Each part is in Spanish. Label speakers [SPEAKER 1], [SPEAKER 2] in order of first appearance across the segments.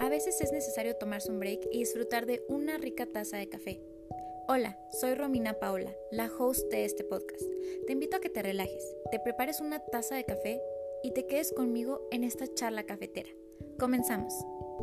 [SPEAKER 1] A veces es necesario tomarse un break y disfrutar de una rica taza de café. Hola, soy Romina Paola, la host de este podcast. Te invito a que te relajes, te prepares una taza de café y te quedes conmigo en esta charla cafetera. Comenzamos.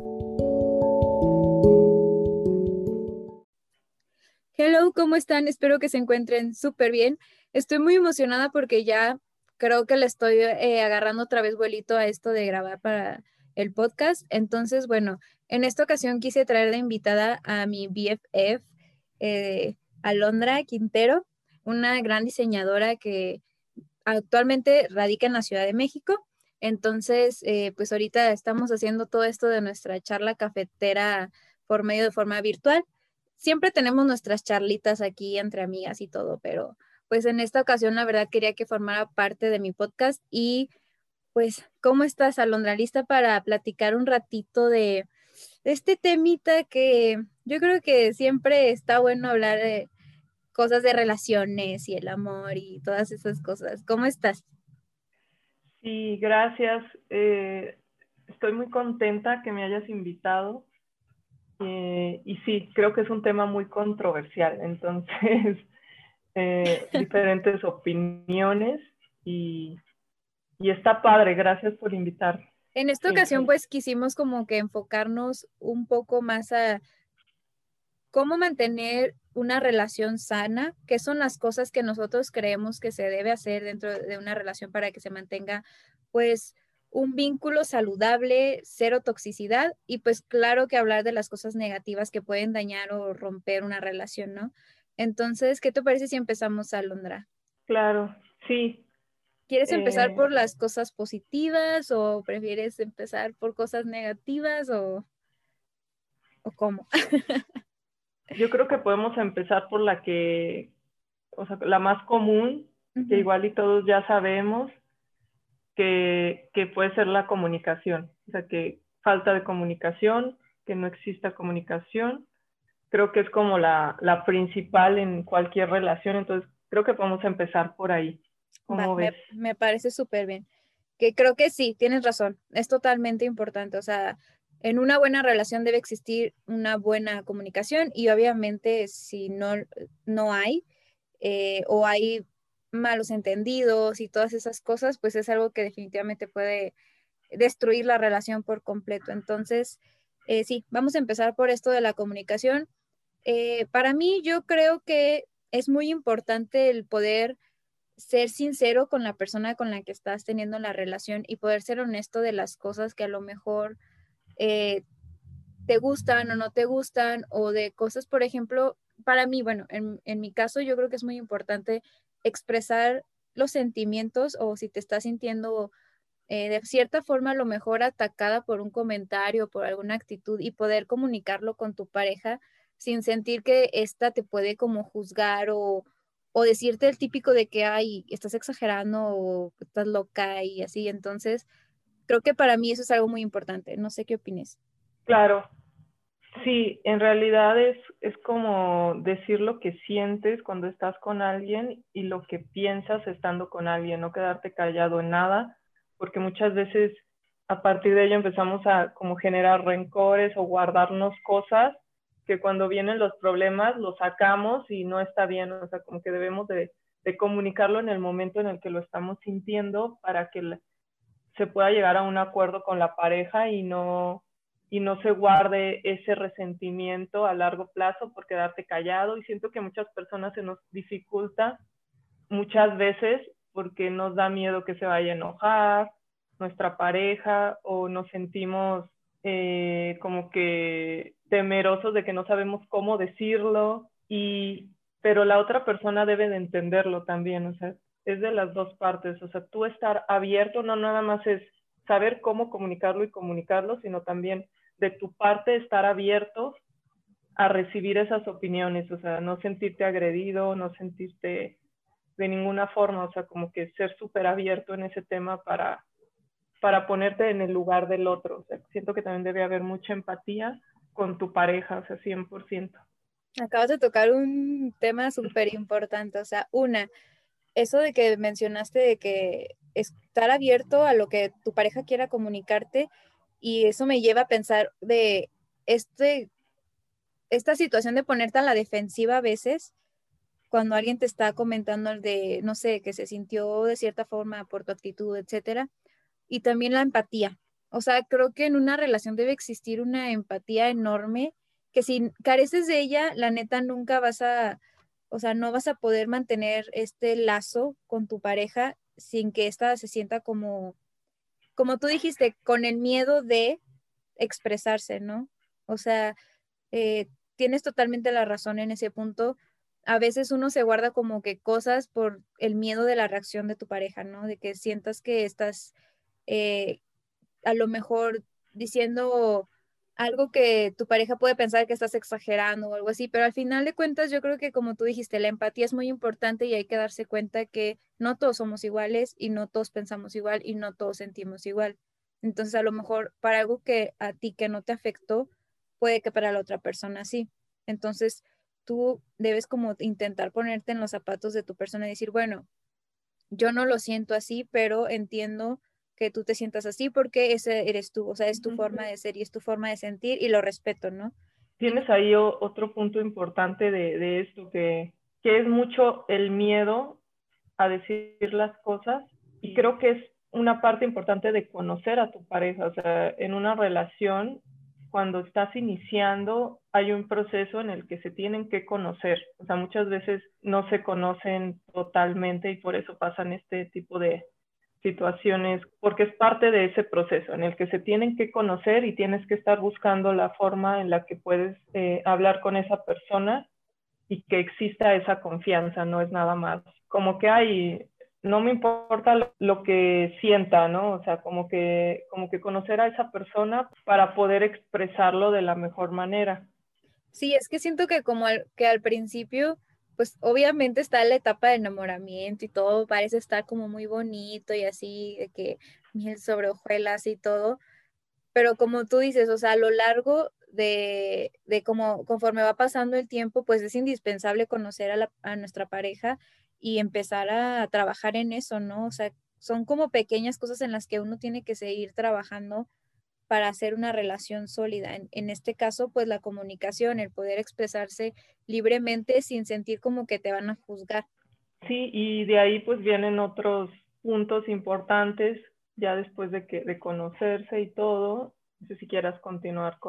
[SPEAKER 2] Hello, ¿cómo están? Espero que se encuentren súper bien. Estoy muy emocionada porque ya creo que le estoy agarrando otra vez vuelito a esto de grabar para el podcast. Entonces, bueno, en esta ocasión quise traer de invitada a mi BFF, Alondra Quintero, una gran diseñadora que actualmente radica en la Ciudad de México. Entonces, pues ahorita estamos haciendo todo esto de nuestra charla cafetera por medio de forma virtual. Siempre tenemos nuestras charlitas aquí entre amigas y todo, pero pues en esta ocasión la verdad quería que formara parte de mi podcast. Y pues, ¿cómo estás, Alondra? ¿Lista para platicar un ratito de este temita que yo creo que siempre está bueno hablar de cosas de relaciones y el amor y todas esas cosas? ¿Cómo estás?
[SPEAKER 3] Sí, gracias. Estoy muy contenta que me hayas invitado. Y sí, creo que es un tema muy controversial. Entonces, diferentes opiniones y está padre. Gracias por invitar.
[SPEAKER 2] En esta ocasión, pues quisimos como que enfocarnos un poco más a cómo mantener una relación sana, qué son las cosas que nosotros creemos que se debe hacer dentro de una relación para que se mantenga, pues, un vínculo saludable, cero toxicidad y pues claro que hablar de las cosas negativas que pueden dañar o romper una relación, ¿no? Entonces, ¿qué te parece si empezamos, Alondra?
[SPEAKER 3] Claro, sí.
[SPEAKER 2] ¿Quieres empezar por las cosas positivas o prefieres empezar por cosas negativas o cómo?
[SPEAKER 3] Yo creo que podemos empezar por la que, o sea, la más común, que igual y todos ya sabemos, que puede ser la comunicación. O sea, que falta de comunicación, que no exista comunicación. Creo que es como la principal en cualquier relación. Entonces, creo que podemos empezar por ahí.
[SPEAKER 2] Va,
[SPEAKER 3] ¿Cómo ves?
[SPEAKER 2] me parece súper bien. Que creo que sí, tienes razón, es totalmente importante. O sea, en una buena relación debe existir una buena comunicación y obviamente si no hay o hay malos entendidos y todas esas cosas, pues es algo que definitivamente puede destruir la relación por completo. Entonces, sí, vamos a empezar por esto de la comunicación. Para mí, yo creo que es muy importante el poder ser sincero con la persona con la que estás teniendo la relación y poder ser honesto de las cosas que a lo mejor eh, te gustan o no te gustan o de cosas, por ejemplo, para mí, bueno, en mi caso yo creo que es muy importante expresar los sentimientos o si te estás sintiendo de cierta forma a lo mejor atacada por un comentario, por alguna actitud y poder comunicarlo con tu pareja sin sentir que ésta te puede como juzgar o decirte el típico de que, ay, estás exagerando o estás loca y así. Entonces, creo que para mí eso es algo muy importante. No sé qué opines.
[SPEAKER 3] Claro. Sí, en realidad es como decir lo que sientes cuando estás con alguien y lo que piensas estando con alguien, no quedarte callado en nada, porque muchas veces a partir de ello empezamos a como generar rencores o guardarnos cosas que cuando vienen los problemas los sacamos y no está bien, o sea, como que debemos de comunicarlo en el momento en el que lo estamos sintiendo para que se pueda llegar a un acuerdo con la pareja y no se guarde ese resentimiento a largo plazo por quedarte callado. Y siento que muchas personas se nos dificulta muchas veces porque nos da miedo que se vaya a enojar nuestra pareja o nos sentimos como que temerosos de que no sabemos cómo decirlo pero la otra persona debe de entenderlo también, o sea, es de las dos partes, o sea, tú estar abierto no nada más es saber cómo comunicarlo y comunicarlo, sino también de tu parte estar abierto a recibir esas opiniones, o sea, no sentirte agredido, no sentirte de ninguna forma, o sea, como que ser súper abierto en ese tema para ponerte en el lugar del otro. O sea, siento que también debe haber mucha empatía con tu pareja, o sea, 100%.
[SPEAKER 2] Acabas de tocar un tema súper importante. O sea, eso de que mencionaste de que estar abierto a lo que tu pareja quiera comunicarte. Y eso me lleva a pensar de esta situación de ponerte a la defensiva a veces, cuando alguien te está comentando de, no sé, que se sintió de cierta forma por tu actitud, etcétera, y también la empatía. O sea, creo que en una relación debe existir una empatía enorme, que si careces de ella, la neta nunca vas a, o sea, no vas a poder mantener este lazo con tu pareja sin que ésta se sienta como tú dijiste, con el miedo de expresarse, ¿no? O sea, tienes totalmente la razón en ese punto. A veces uno se guarda como que cosas por el miedo de la reacción de tu pareja, ¿no? De que sientas que estás eh, a lo mejor diciendo algo que tu pareja puede pensar que estás exagerando o algo así, pero al final de cuentas yo creo que como tú dijiste, la empatía es muy importante y hay que darse cuenta que no todos somos iguales y no todos pensamos igual y no todos sentimos igual. Entonces a lo mejor para algo que a ti que no te afectó, puede que para la otra persona sí. Entonces tú debes como intentar ponerte en los zapatos de tu persona y decir, bueno, yo no lo siento así, pero entiendo que tú te sientas así porque ese eres tú, o sea, es tu forma de ser y es tu forma de sentir y lo respeto, ¿no?
[SPEAKER 3] Tienes ahí otro punto importante de esto, que es mucho el miedo a decir las cosas, y creo que es una parte importante de conocer a tu pareja. O sea, en una relación, cuando estás iniciando, hay un proceso en el que se tienen que conocer. O sea, muchas veces no se conocen totalmente y por eso pasan este tipo de situaciones, porque es parte de ese proceso en el que se tienen que conocer y tienes que estar buscando la forma en la que puedes hablar con esa persona y que exista esa confianza. No es nada más como que hay, no me importa lo que sienta, ¿no? O sea, como que conocer a esa persona para poder expresarlo de la mejor manera.
[SPEAKER 2] Sí, es que siento que que al principio, pues obviamente está la etapa de enamoramiento y todo, parece estar como muy bonito y así, de que miel sobre hojuelas y todo, pero como tú dices, o sea, a lo largo de como conforme va pasando el tiempo, pues es indispensable conocer a nuestra pareja y empezar a trabajar en eso, ¿no? O sea, son como pequeñas cosas en las que uno tiene que seguir trabajando para hacer una relación sólida. En este caso, pues la comunicación, el poder expresarse libremente sin sentir como que te van a juzgar.
[SPEAKER 3] Sí, y de ahí pues vienen otros puntos importantes ya después de conocerse y todo. No sé si quieras continuar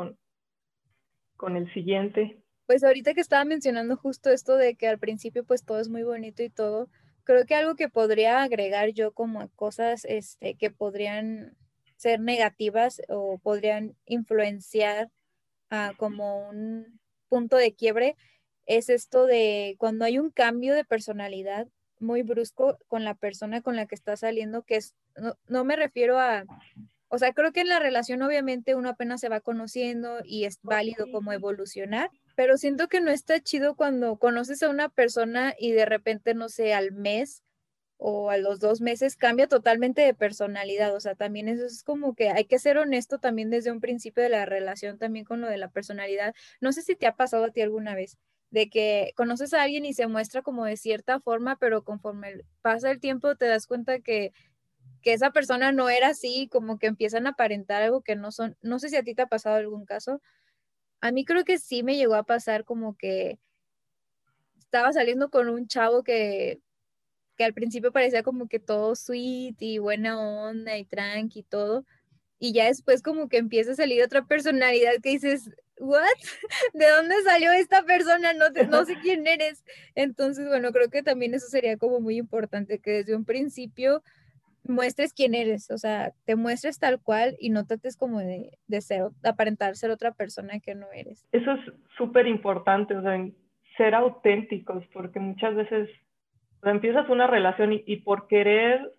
[SPEAKER 3] con el siguiente.
[SPEAKER 2] Pues ahorita que estaba mencionando justo esto de que al principio pues todo es muy bonito y todo, creo que algo que podría agregar yo como a cosas que podrían ser negativas o podrían influenciar como un punto de quiebre es esto de cuando hay un cambio de personalidad muy brusco con la persona con la que está saliendo, que es, no me refiero a, o sea, creo que en la relación obviamente uno apenas se va conociendo y es válido como evolucionar, pero siento que no está chido cuando conoces a una persona y de repente, no sé, al mes o a los 2 meses cambia totalmente de personalidad. O sea, también eso es como que hay que ser honesto también desde un principio de la relación, también con lo de la personalidad. No sé si te ha pasado a ti alguna vez, de que conoces a alguien y se muestra como de cierta forma, pero conforme pasa el tiempo te das cuenta que esa persona no era así, como que empiezan a aparentar algo que no son. No sé si a ti te ha pasado algún caso. A mí creo que sí me llegó a pasar como que estaba saliendo con un chavo que al principio parecía como que todo sweet y buena onda y tranqui y todo, y ya después como que empieza a salir otra personalidad que dices, ¿what? ¿De dónde salió esta persona? No sé quién eres. Entonces, bueno, creo que también eso sería como muy importante, que desde un principio muestres quién eres, o sea, te muestres tal cual y no trates como de ser, de aparentar ser otra persona que no eres.
[SPEAKER 3] Eso es súper importante, o sea, en ser auténticos, porque muchas veces o sea, empiezas una relación y por querer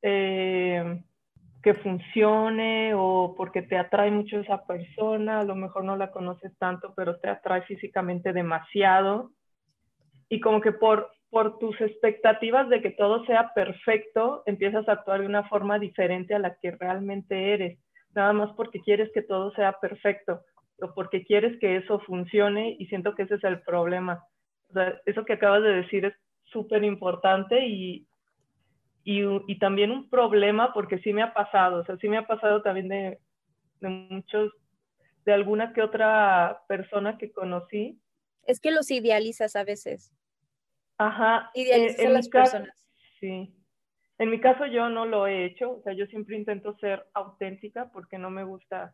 [SPEAKER 3] que funcione o porque te atrae mucho esa persona, a lo mejor no la conoces tanto, pero te atrae físicamente demasiado, y como que por tus expectativas de que todo sea perfecto, empiezas a actuar de una forma diferente a la que realmente eres, nada más porque quieres que todo sea perfecto o porque quieres que eso funcione, y siento que ese es el problema. O sea, eso que acabas de decir es súper importante y también un problema porque sí me ha pasado, o sea, sí me ha pasado también de alguna que otra persona que conocí.
[SPEAKER 2] Es que los idealizas a veces.
[SPEAKER 3] Ajá,
[SPEAKER 2] Idealizas a
[SPEAKER 3] en
[SPEAKER 2] las
[SPEAKER 3] mi caso,
[SPEAKER 2] personas.
[SPEAKER 3] sí. En mi caso yo no lo he hecho, o sea, yo siempre intento ser auténtica porque no me gusta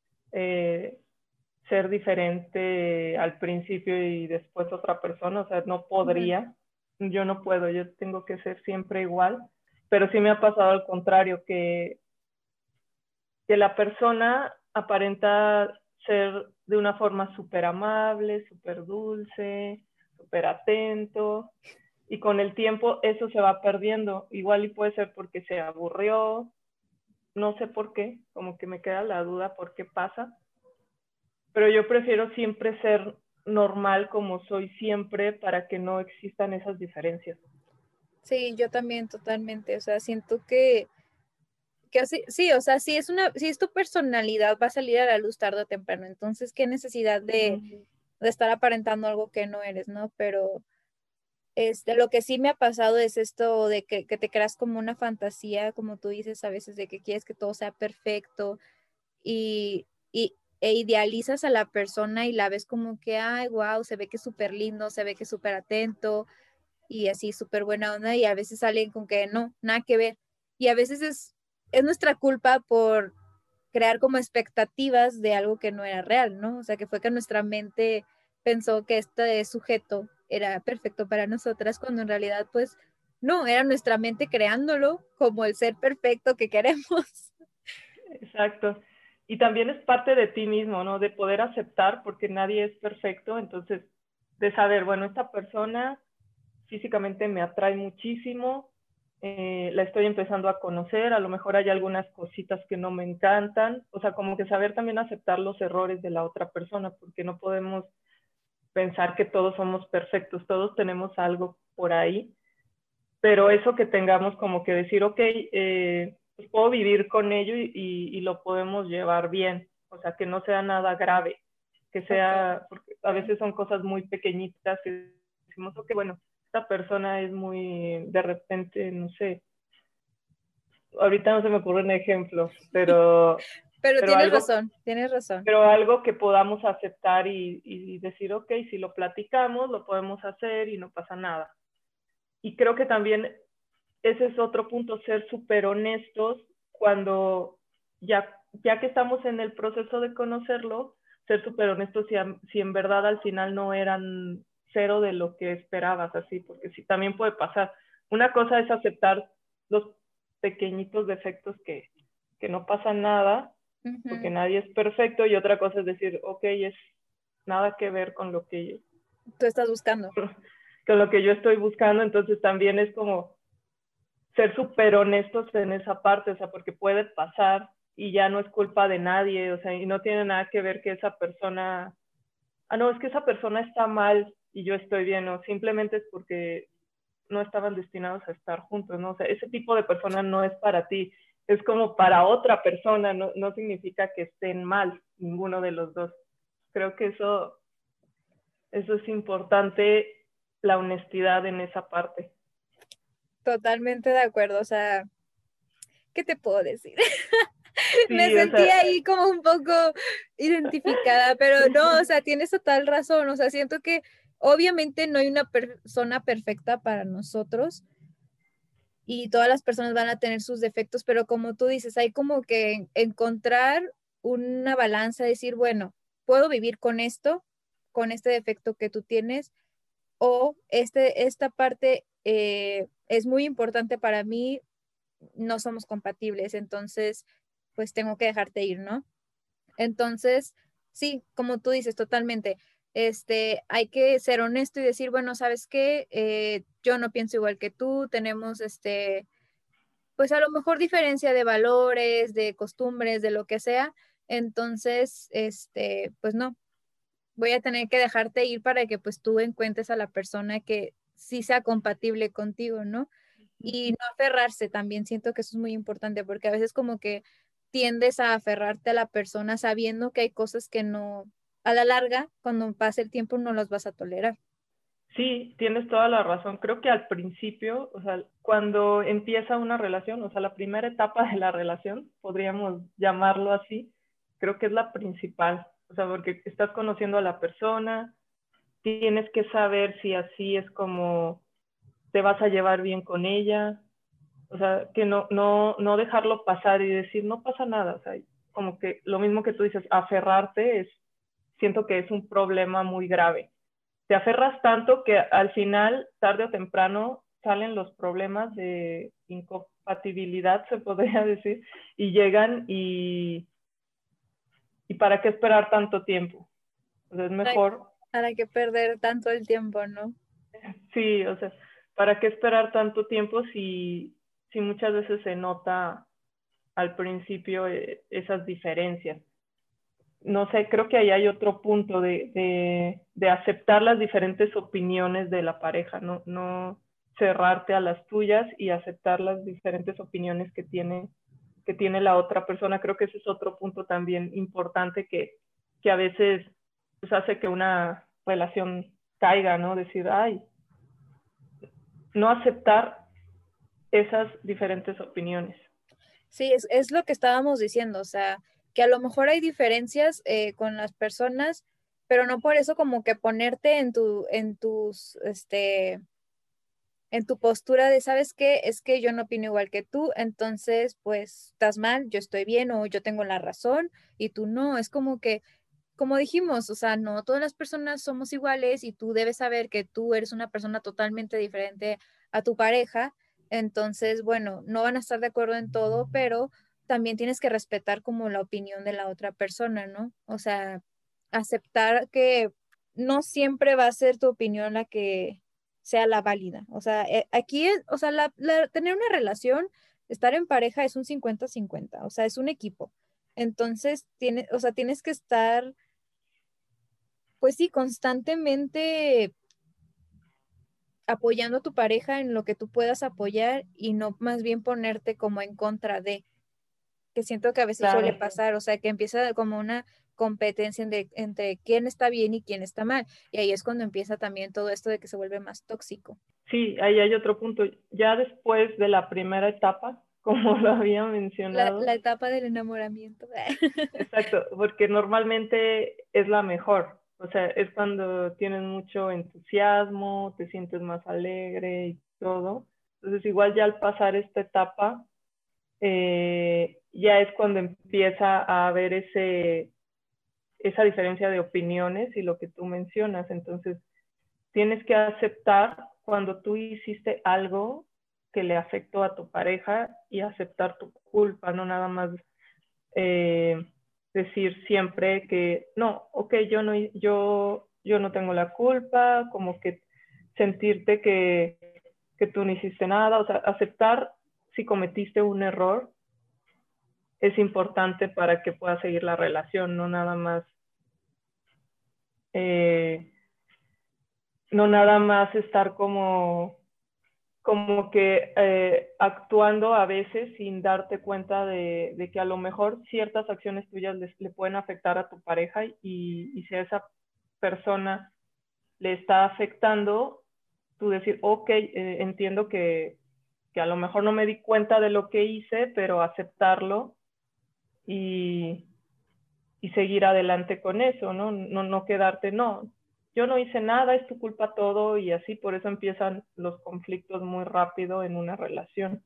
[SPEAKER 3] ser diferente al principio y después otra persona, o sea, no podría, yo no puedo, yo tengo que ser siempre igual, pero sí me ha pasado al contrario, que la persona aparenta ser de una forma súper amable, súper dulce, súper atento, y con el tiempo eso se va perdiendo. Igual y puede ser porque se aburrió, no sé por qué, como que me queda la duda por qué pasa, pero yo prefiero siempre ser normal como soy siempre para que no existan esas diferencias.
[SPEAKER 2] Sí, yo también totalmente, o sea, siento que así, sí, o sea, si es tu personalidad, va a salir a la luz tarde o temprano, entonces, ¿qué necesidad de estar aparentando algo que no eres, ¿no? Pero lo que sí me ha pasado es esto de que te creas como una fantasía, como tú dices a veces, de que quieres que todo sea perfecto e idealizas a la persona y la ves como que, ay, wow, se ve que es súper lindo, se ve que es súper atento y así súper buena onda y a veces salen con que no, nada que ver. Y a veces es nuestra culpa por crear como expectativas de algo que no era real, ¿no? O sea, que fue que nuestra mente pensó que este sujeto era perfecto para nosotras, cuando en realidad, pues, no, era nuestra mente creándolo como el ser perfecto que queremos.
[SPEAKER 3] Exacto. Y también es parte de ti mismo, ¿no? De poder aceptar, porque nadie es perfecto, entonces, de saber, bueno, esta persona físicamente me atrae muchísimo, la estoy empezando a conocer, a lo mejor hay algunas cositas que no me encantan, o sea, como que saber también aceptar los errores de la otra persona, porque no podemos pensar que todos somos perfectos, todos tenemos algo por ahí, pero eso que tengamos como que decir, ok, pues puedo vivir con ello y lo podemos llevar bien, o sea, que no sea nada grave, que sea, porque a veces son cosas muy pequeñitas que decimos, ok, bueno, esta persona es muy, de repente, no sé, ahorita no se me ocurre un ejemplo,
[SPEAKER 2] Pero
[SPEAKER 3] pero
[SPEAKER 2] tienes
[SPEAKER 3] algo,
[SPEAKER 2] razón, tienes razón.
[SPEAKER 3] pero algo que podamos aceptar y decir, ok, si lo platicamos, lo podemos hacer y no pasa nada. Y creo que también ese es otro punto, ser súper honestos cuando ya que estamos en el proceso de conocerlo, ser súper honestos si en verdad al final no eran cero de lo que esperabas, así, porque sí, también puede pasar. Una cosa es aceptar los pequeñitos defectos que no pasa nada, porque
[SPEAKER 2] Ujú.
[SPEAKER 3] nadie es perfecto, y otra cosa es decir, ok, es nada que ver
[SPEAKER 2] Tú estás buscando.
[SPEAKER 3] con lo que yo estoy buscando, entonces también es como ser súper honestos en esa parte, o sea, porque puede pasar y ya no es culpa de nadie, o sea, y no tiene nada que ver que esa persona, no, es que esa persona está mal y yo estoy bien, o simplemente es porque no estaban destinados a estar juntos, ¿no? O sea, ese tipo de persona no es para ti, es como para otra persona, no significa que estén mal ninguno de los dos. Creo que eso es importante, la honestidad en esa parte.
[SPEAKER 2] Totalmente de acuerdo, o sea, ¿qué te puedo decir? Me
[SPEAKER 3] Sí, o
[SPEAKER 2] sentí
[SPEAKER 3] sea,
[SPEAKER 2] ahí como un poco identificada, pero no, o sea, tienes total razón, o sea, siento que obviamente no hay una persona perfecta para nosotros y todas las personas van a tener sus defectos, pero como tú dices, hay como que encontrar una balanza, decir, bueno, puedo vivir con esto, con este defecto que tú tienes, o esta parte es muy importante para mí, no somos compatibles, entonces, pues tengo que dejarte ir, ¿no? Entonces, sí, como tú dices, totalmente. Hay que ser honesto y decir, bueno, ¿sabes qué? Yo no pienso igual que tú, tenemos pues a lo mejor diferencia de valores, de costumbres, de lo que sea. Entonces, pues no, voy a tener que dejarte ir para que pues tú encuentres a la persona que sí sea compatible contigo, ¿no? Y no aferrarse también, siento que eso es muy importante porque a veces como que tiendes a aferrarte a la persona sabiendo que hay cosas que no, a la larga, cuando pase el tiempo, no las vas a tolerar.
[SPEAKER 3] sí, tienes toda la razón. Creo que al principio, o sea, cuando empieza una relación, o sea, la primera etapa de la relación, podríamos llamarlo así, creo que es la principal, o sea, porque estás conociendo a la persona, tienes que saber si así es como te vas a llevar bien con ella, o sea, que no dejarlo pasar y decir, no pasa nada, o sea, como que lo mismo que tú dices, aferrarte siento que es un problema muy grave. Te aferras tanto que al final, tarde o temprano, salen los problemas de incompatibilidad, se podría decir, y llegan y ¿para qué esperar tanto tiempo? O sea, es mejor.
[SPEAKER 2] Para qué perder tanto el tiempo, ¿no?
[SPEAKER 3] Sí, o sea, ¿para qué esperar tanto tiempo si muchas veces se nota al principio esas diferencias? No sé, creo que ahí hay otro punto de aceptar las diferentes opiniones de la pareja, no cerrarte a las tuyas y aceptar las diferentes opiniones que tiene la otra persona. Creo que ese es otro punto también importante que a veces pues, hace que una relación caiga, ¿no? Decir, ay, no aceptar esas diferentes opiniones.
[SPEAKER 2] Sí, es lo que estábamos diciendo, o sea, que a lo mejor hay diferencias con las personas, pero no por eso como que ponerte en tu postura de, ¿sabes qué? Es que yo no opino igual que tú, entonces pues estás mal, yo estoy bien o yo tengo la razón y tú no. Es como que, como dijimos, o sea, no todas las personas somos iguales y tú debes saber que tú eres una persona totalmente diferente a tu pareja. Entonces, bueno, no van a estar de acuerdo en todo, pero también tienes que respetar como la opinión de la otra persona, ¿no? O sea, aceptar que no siempre va a ser tu opinión la que sea la válida. O sea, aquí es, o sea, tener una relación, estar en pareja es un 50-50, o sea, es un equipo. Entonces, o sea, tienes que estar, pues sí, constantemente apoyando a tu pareja en lo que tú puedas apoyar y no más bien ponerte como en contra de, que siento que a veces suele
[SPEAKER 3] Claro.
[SPEAKER 2] pasar, o sea, que empieza como una competencia entre quién está bien y quién está mal. Y ahí es cuando empieza también todo esto de que se vuelve más tóxico.
[SPEAKER 3] Sí, ahí hay otro punto. Ya después de la primera etapa, como lo había
[SPEAKER 2] La
[SPEAKER 3] mencionado,
[SPEAKER 2] etapa del enamoramiento.
[SPEAKER 3] exacto, porque normalmente es la mejor. O sea, es cuando tienes mucho entusiasmo, te sientes más alegre y todo. Entonces, igual ya al pasar esta etapa, ya es cuando empieza a haber esa diferencia de opiniones y lo que tú mencionas. Entonces, tienes que aceptar cuando tú hiciste algo que le afectó a tu pareja y aceptar tu culpa, no nada más eh, decir siempre que no, ok, yo no tengo la culpa, como que sentirte que tú no hiciste nada, o sea, aceptar si cometiste un error es importante para que pueda seguir la relación, no nada más eh, no nada más estar como que actuando a veces sin darte cuenta de que a lo mejor ciertas acciones tuyas le pueden afectar a tu pareja y si a esa persona le está afectando, tú decir, ok, entiendo que a lo mejor no me di cuenta de lo que hice, pero aceptarlo y, y seguir adelante con eso, ¿no? No quedarte, no, yo no hice nada, es tu culpa todo y así, por eso empiezan los conflictos muy rápido en una relación.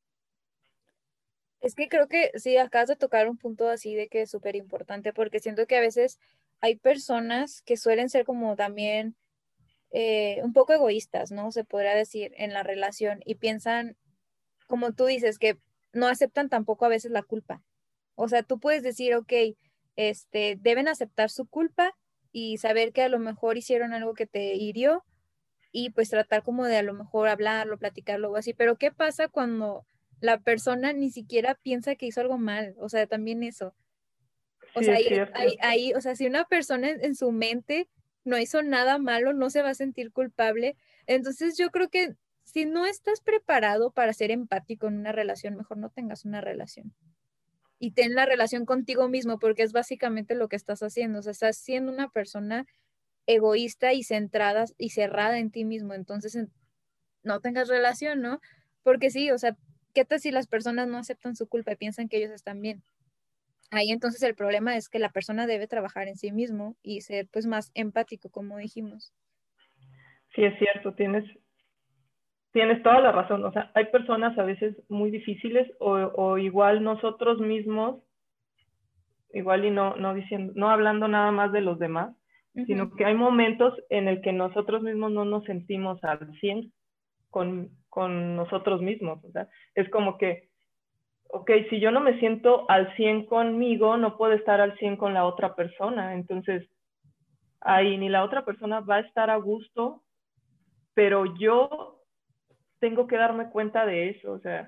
[SPEAKER 2] Es que creo que sí, acabas de tocar un punto así de que es súper importante, porque siento que a veces hay personas que suelen ser como también un poco egoístas, ¿no? Se podría decir, en la relación y piensan, como tú dices, que no aceptan tampoco a veces la culpa. O sea, tú puedes decir, ok, deben aceptar su culpa y saber que a lo mejor hicieron algo que te hirió y pues tratar como de a lo mejor hablarlo, platicarlo o así, pero ¿qué pasa cuando la persona ni siquiera piensa que hizo algo mal? O sea, también eso. O
[SPEAKER 3] Sí,
[SPEAKER 2] sea,
[SPEAKER 3] es cierto.
[SPEAKER 2] o sea, si una persona en su mente no hizo nada malo, no se va a sentir culpable. Entonces yo creo que si no estás preparado para ser empático en una relación, mejor no tengas una relación. Y ten la relación contigo mismo, porque es básicamente lo que estás haciendo. O sea, estás siendo una persona egoísta y centrada y cerrada en ti mismo. Entonces, no tengas relación, ¿no? Porque sí, o sea, ¿qué tal si las personas no aceptan su culpa y piensan que ellos están bien? ahí entonces el problema es que la persona debe trabajar en sí mismo y ser pues más empático, como dijimos.
[SPEAKER 3] Sí, es cierto, tienes toda la razón. O sea, hay personas a veces muy difíciles o igual nosotros mismos, igual y no diciendo, no hablando nada más de los demás, sino que hay momentos en el que nosotros mismos no nos sentimos al 100 con nosotros mismos. O sea, es como que, ok, si yo no me siento al 100 conmigo, no puedo estar al 100 con la otra persona. Entonces, ahí ni la otra persona va a estar a gusto, pero yo tengo que darme cuenta de eso. O sea,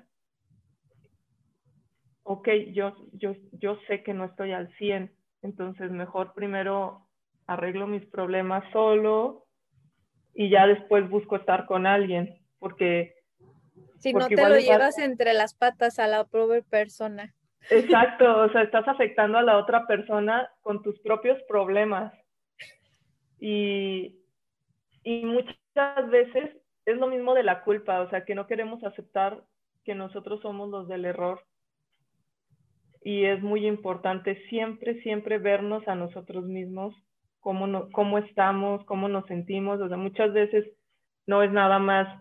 [SPEAKER 3] ok, yo sé que no estoy al 100, entonces mejor primero arreglo mis problemas solo y ya después busco estar con alguien,
[SPEAKER 2] Si no
[SPEAKER 3] porque
[SPEAKER 2] te lo
[SPEAKER 3] igual
[SPEAKER 2] llevas entre las patas a la pobre persona.
[SPEAKER 3] exacto, o sea, estás afectando a la otra persona con tus propios problemas y, y muchas veces es lo mismo de la culpa, o sea, que no queremos aceptar que nosotros somos los del error y es muy importante siempre, siempre vernos a nosotros mismos, cómo estamos, cómo nos sentimos. O sea, muchas veces no es nada más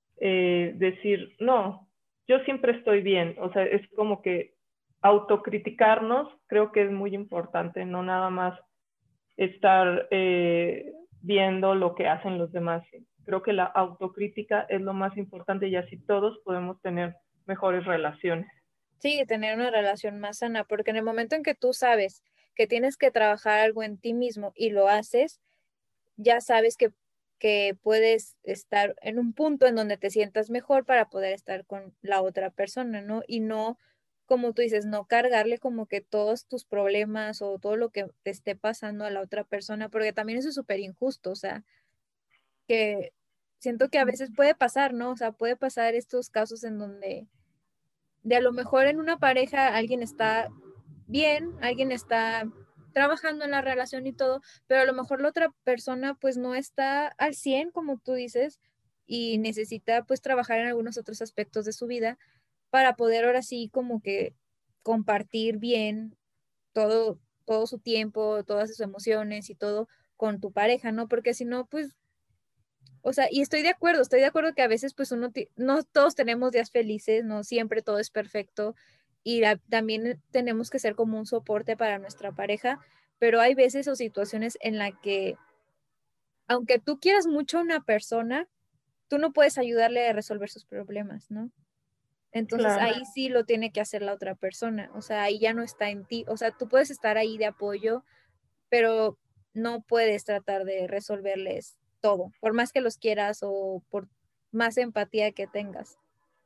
[SPEAKER 3] decir, no, yo siempre estoy bien. O sea, es como que autocriticarnos creo que es muy importante, no nada más estar viendo lo que hacen los demás. Creo que la autocrítica es lo más importante y así todos podemos tener mejores relaciones.
[SPEAKER 2] Sí, tener una relación más sana, porque en el momento en que tú sabes que tienes que trabajar algo en ti mismo y lo haces, ya sabes que puedes estar en un punto en donde te sientas mejor para poder estar con la otra persona, ¿no? Y no, como tú dices, no cargarle como que todos tus problemas o todo lo que te esté pasando a la otra persona, porque también eso es súper injusto, o sea, que siento que a veces puede pasar, ¿no? O sea, puede pasar estos casos en donde de a lo mejor en una pareja alguien está bien, alguien está trabajando en la relación y todo, pero a lo mejor la otra persona pues no está al 100 como tú dices y necesita pues trabajar en algunos otros aspectos de su vida para poder ahora sí como que compartir bien todo su tiempo, todas sus emociones y todo con tu pareja, ¿no? Porque si no, pues, o sea, y estoy de acuerdo que a veces pues no todos tenemos días felices, no siempre todo es perfecto y también tenemos que ser como un soporte para nuestra pareja, pero hay veces o situaciones en la que aunque tú quieras mucho a una persona, tú no puedes ayudarle a resolver sus problemas, ¿no? Entonces
[SPEAKER 3] Claro.
[SPEAKER 2] ahí sí lo tiene que hacer la otra persona, o sea, ahí ya no está en ti, o sea, tú puedes estar ahí de apoyo, pero no puedes tratar de resolverles todo, por más que los quieras o por más empatía que tengas.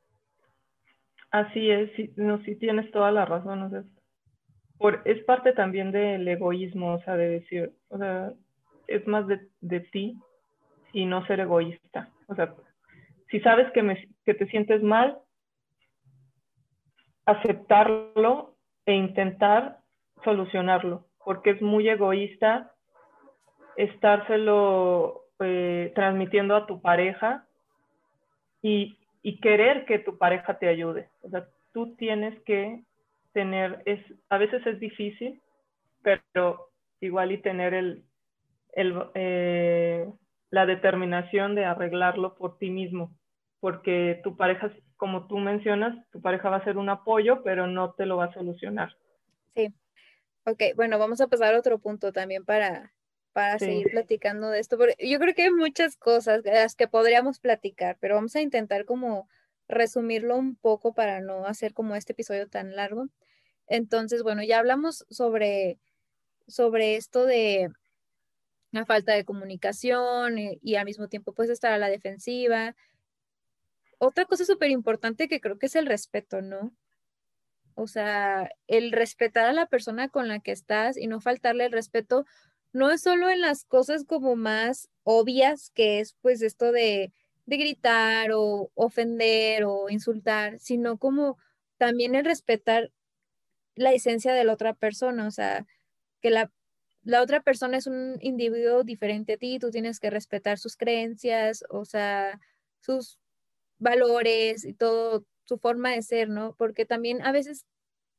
[SPEAKER 3] Así es, sí, no, sí tienes toda la razón. O sea, es parte también del egoísmo, o sea, de decir, o sea, es más de ti y no ser egoísta. O sea, si sabes que te sientes mal, aceptarlo e intentar solucionarlo, porque es muy egoísta estárselo transmitiendo a tu pareja y querer que tu pareja te ayude. O sea, tú tienes que a veces es difícil, pero igual y tener el, la determinación de arreglarlo por ti mismo, porque tu pareja, como tú mencionas, tu pareja va a ser un apoyo, pero no te lo va a solucionar.
[SPEAKER 2] Sí, ok, bueno, vamos a pasar a otro punto también para
[SPEAKER 3] Sí,
[SPEAKER 2] seguir platicando de esto, porque yo creo que hay muchas cosas de las que podríamos platicar, pero vamos a intentar como resumirlo un poco para no hacer como este episodio tan largo. Entonces, bueno, ya hablamos sobre esto de la falta de comunicación y al mismo tiempo pues estar a la defensiva. Otra cosa súper importante que creo que es el respeto, ¿no? O sea, el respetar a la persona con la que estás y no faltarle el respeto, no es solo en las cosas como más obvias, que es pues esto de gritar o ofender o insultar, sino como también el respetar la esencia de la otra persona, o sea, que la otra persona es un individuo diferente a ti, tú tienes que respetar sus creencias, o sea, sus valores y todo, su forma de ser, ¿no? Porque también a veces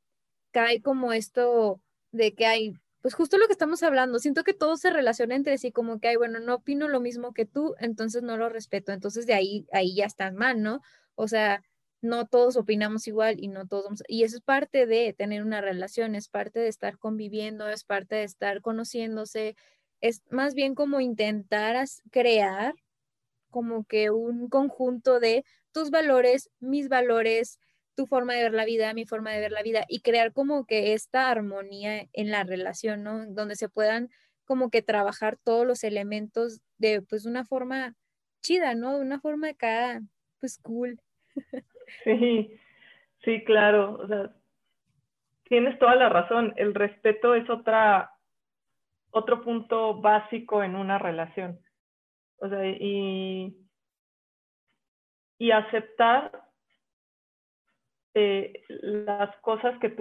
[SPEAKER 2] cae como esto de que hay, pues justo lo que estamos hablando, siento que todo se relaciona entre sí, como que hay, bueno, no opino lo mismo que tú, entonces no lo respeto, entonces de ahí ya estás mal, ¿no? O sea, no todos opinamos igual y no todos y eso es parte de tener una relación, es parte de estar conviviendo, es parte de estar conociéndose, es más bien como intentar crear como que un conjunto de tus valores, mis valores, tu forma de ver la vida, mi forma de ver la vida y crear como que esta armonía en la relación, ¿no? Donde se puedan como que trabajar todos los elementos de pues una forma chida, ¿no? De una forma acá, pues cool.
[SPEAKER 3] Sí, sí, claro. O sea, tienes toda la razón. El respeto es otro punto básico en una relación. O sea, y aceptar las cosas que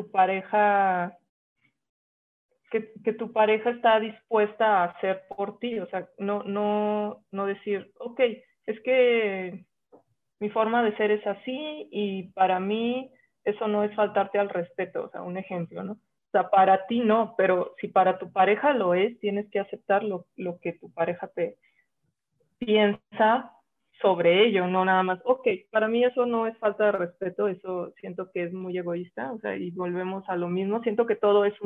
[SPEAKER 3] tu pareja está dispuesta a hacer por ti. O sea, no decir, ok, es que mi forma de ser es así y para mí eso no es faltarte al respeto. O sea, un ejemplo, ¿no? O sea, para ti no, pero si para tu pareja lo es, tienes que aceptar lo que tu pareja te piensa sobre ello, no nada más, ok, para mí eso no es falta de respeto, eso siento que es muy egoísta, o sea, y volvemos a lo mismo, siento que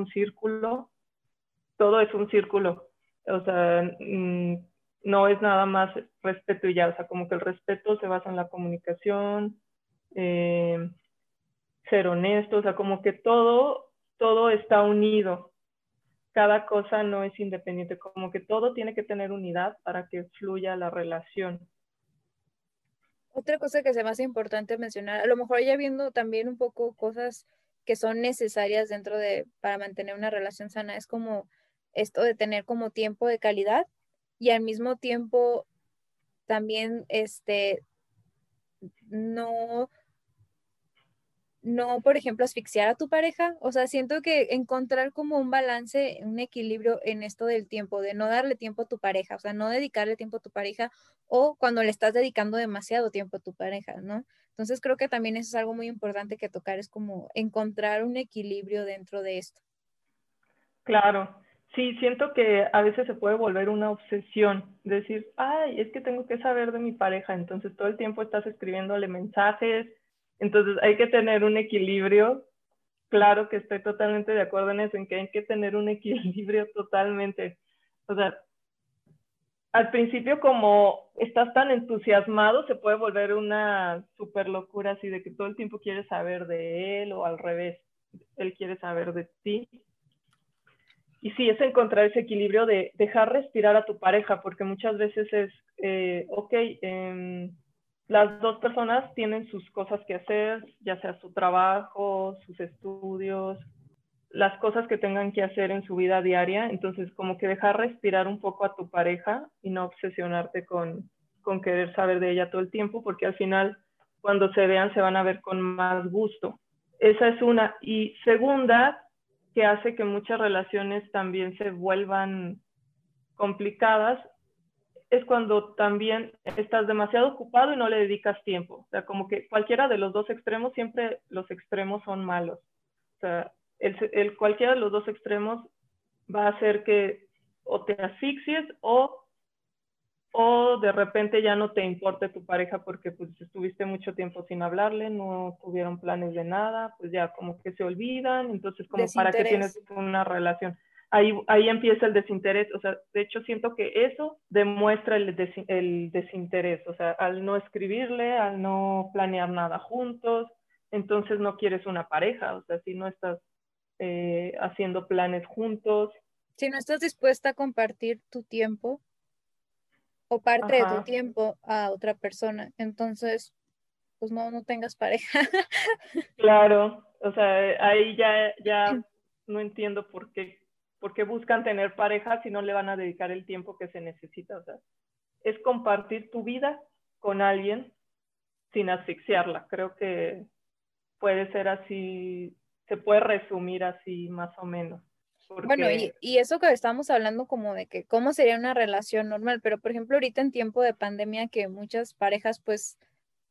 [SPEAKER 3] todo es un círculo, o sea, no es nada más respeto y ya, o sea, como que el respeto se basa en la comunicación, eh, ser honesto, o sea, como que todo está unido, cada cosa no es independiente, como que todo tiene que tener unidad para que fluya la relación.
[SPEAKER 2] Otra cosa que se me hace importante mencionar, a lo mejor ya viendo también un poco cosas que son necesarias dentro de, para mantener una relación sana, es como esto de tener como tiempo de calidad y al mismo tiempo también no, no, por ejemplo, asfixiar a tu pareja. O sea, siento que encontrar como un balance, un equilibrio en esto del tiempo, de no darle tiempo a tu pareja, o sea, no dedicarle tiempo a tu pareja o cuando le estás dedicando demasiado tiempo a tu pareja, ¿no? Entonces creo que también eso es algo muy importante que tocar, es como encontrar un equilibrio dentro de esto.
[SPEAKER 3] Claro, sí, siento que a veces se puede volver una obsesión, decir, ay, es que tengo que saber de mi pareja, entonces todo el tiempo estás escribiéndole mensajes, entonces hay que tener un equilibrio. Claro que estoy totalmente de acuerdo en eso, en que hay que tener un equilibrio totalmente. O sea, al principio como estás tan entusiasmado, se puede volver una super locura así de que todo el tiempo quieres saber de él o al revés, él quiere saber de ti. Y sí, es encontrar ese equilibrio de dejar respirar a tu pareja, porque muchas veces es, ok, las dos personas tienen sus cosas que hacer, ya sea su trabajo, sus estudios, las cosas que tengan que hacer en su vida diaria, entonces como que dejar respirar un poco a tu pareja y no obsesionarte con querer saber de ella todo el tiempo, porque al final cuando se vean se van a ver con más gusto. Esa es una. Y segunda, que hace que muchas relaciones también se vuelvan complicadas, es cuando también estás demasiado ocupado y no le dedicas tiempo. O sea, como que cualquiera de los dos extremos, siempre los extremos son malos. O sea, cualquiera de los dos extremos va a hacer que o te asfixies o de repente ya no te importe tu pareja porque pues estuviste mucho tiempo sin hablarle, no tuvieron planes de nada, pues ya como que se olvidan, entonces como para qué
[SPEAKER 2] Desinterés.
[SPEAKER 3] tienes una relación. Ahí empieza el desinterés, o sea, de hecho siento que eso demuestra el desinterés, o sea, al no escribirle, al no planear nada juntos, entonces no quieres una pareja, o sea, si no estás haciendo planes juntos.
[SPEAKER 2] Si no estás dispuesta a compartir tu tiempo o parte de tu
[SPEAKER 3] Ajá,
[SPEAKER 2] tiempo a otra persona, entonces, pues no tengas pareja.
[SPEAKER 3] claro, o sea, ahí ya no entiendo por qué buscan tener pareja si no le van a dedicar el tiempo que se necesita, o sea, es compartir tu vida con alguien sin asfixiarla, creo que puede ser así, se puede resumir así más o menos,
[SPEAKER 2] Bueno,
[SPEAKER 3] porque,
[SPEAKER 2] y eso que estamos hablando como de que cómo sería una relación normal, pero por ejemplo ahorita en tiempo de pandemia que muchas parejas pues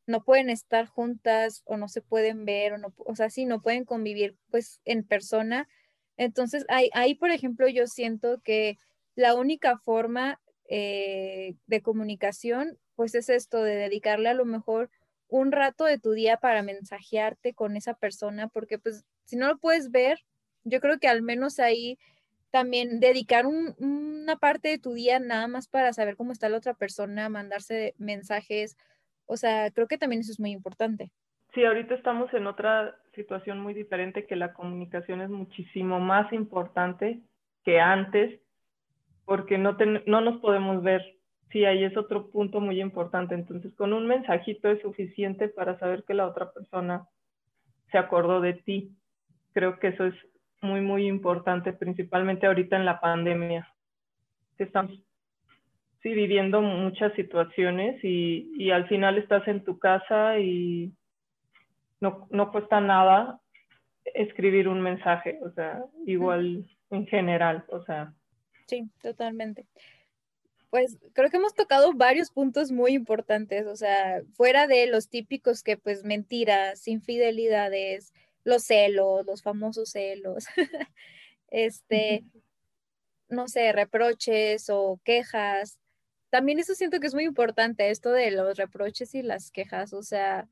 [SPEAKER 2] no pueden estar juntas o no se pueden ver o no, o sea, sí, no pueden convivir pues en persona. Entonces, ahí, por ejemplo, yo siento que la única forma de comunicación pues es esto, de dedicarle a lo mejor un rato de tu día para mensajearte con esa persona, porque pues si no lo puedes ver, yo creo que al menos ahí también dedicar una parte de tu día nada más para saber cómo está la otra persona, mandarse mensajes, o sea, creo que también eso es muy importante.
[SPEAKER 3] Sí, ahorita estamos en otra situación muy diferente, que la comunicación es muchísimo más importante que antes, porque no nos podemos ver. Sí, ahí es otro punto muy importante. Entonces, con un mensajito es suficiente para saber que la otra persona se acordó de ti. Creo que eso es muy, muy importante, principalmente ahorita en la pandemia, que estamos sí, viviendo muchas situaciones y al final estás en tu casa y no cuesta nada escribir un mensaje, o sea, igual en general, o sea.
[SPEAKER 2] Sí, totalmente. Pues creo que hemos tocado varios puntos muy importantes, o sea, fuera de los típicos que pues mentiras, infidelidades, los celos, los famosos celos, este, no sé, reproches o quejas. También eso siento que es muy importante, esto de los reproches y las quejas, o sea,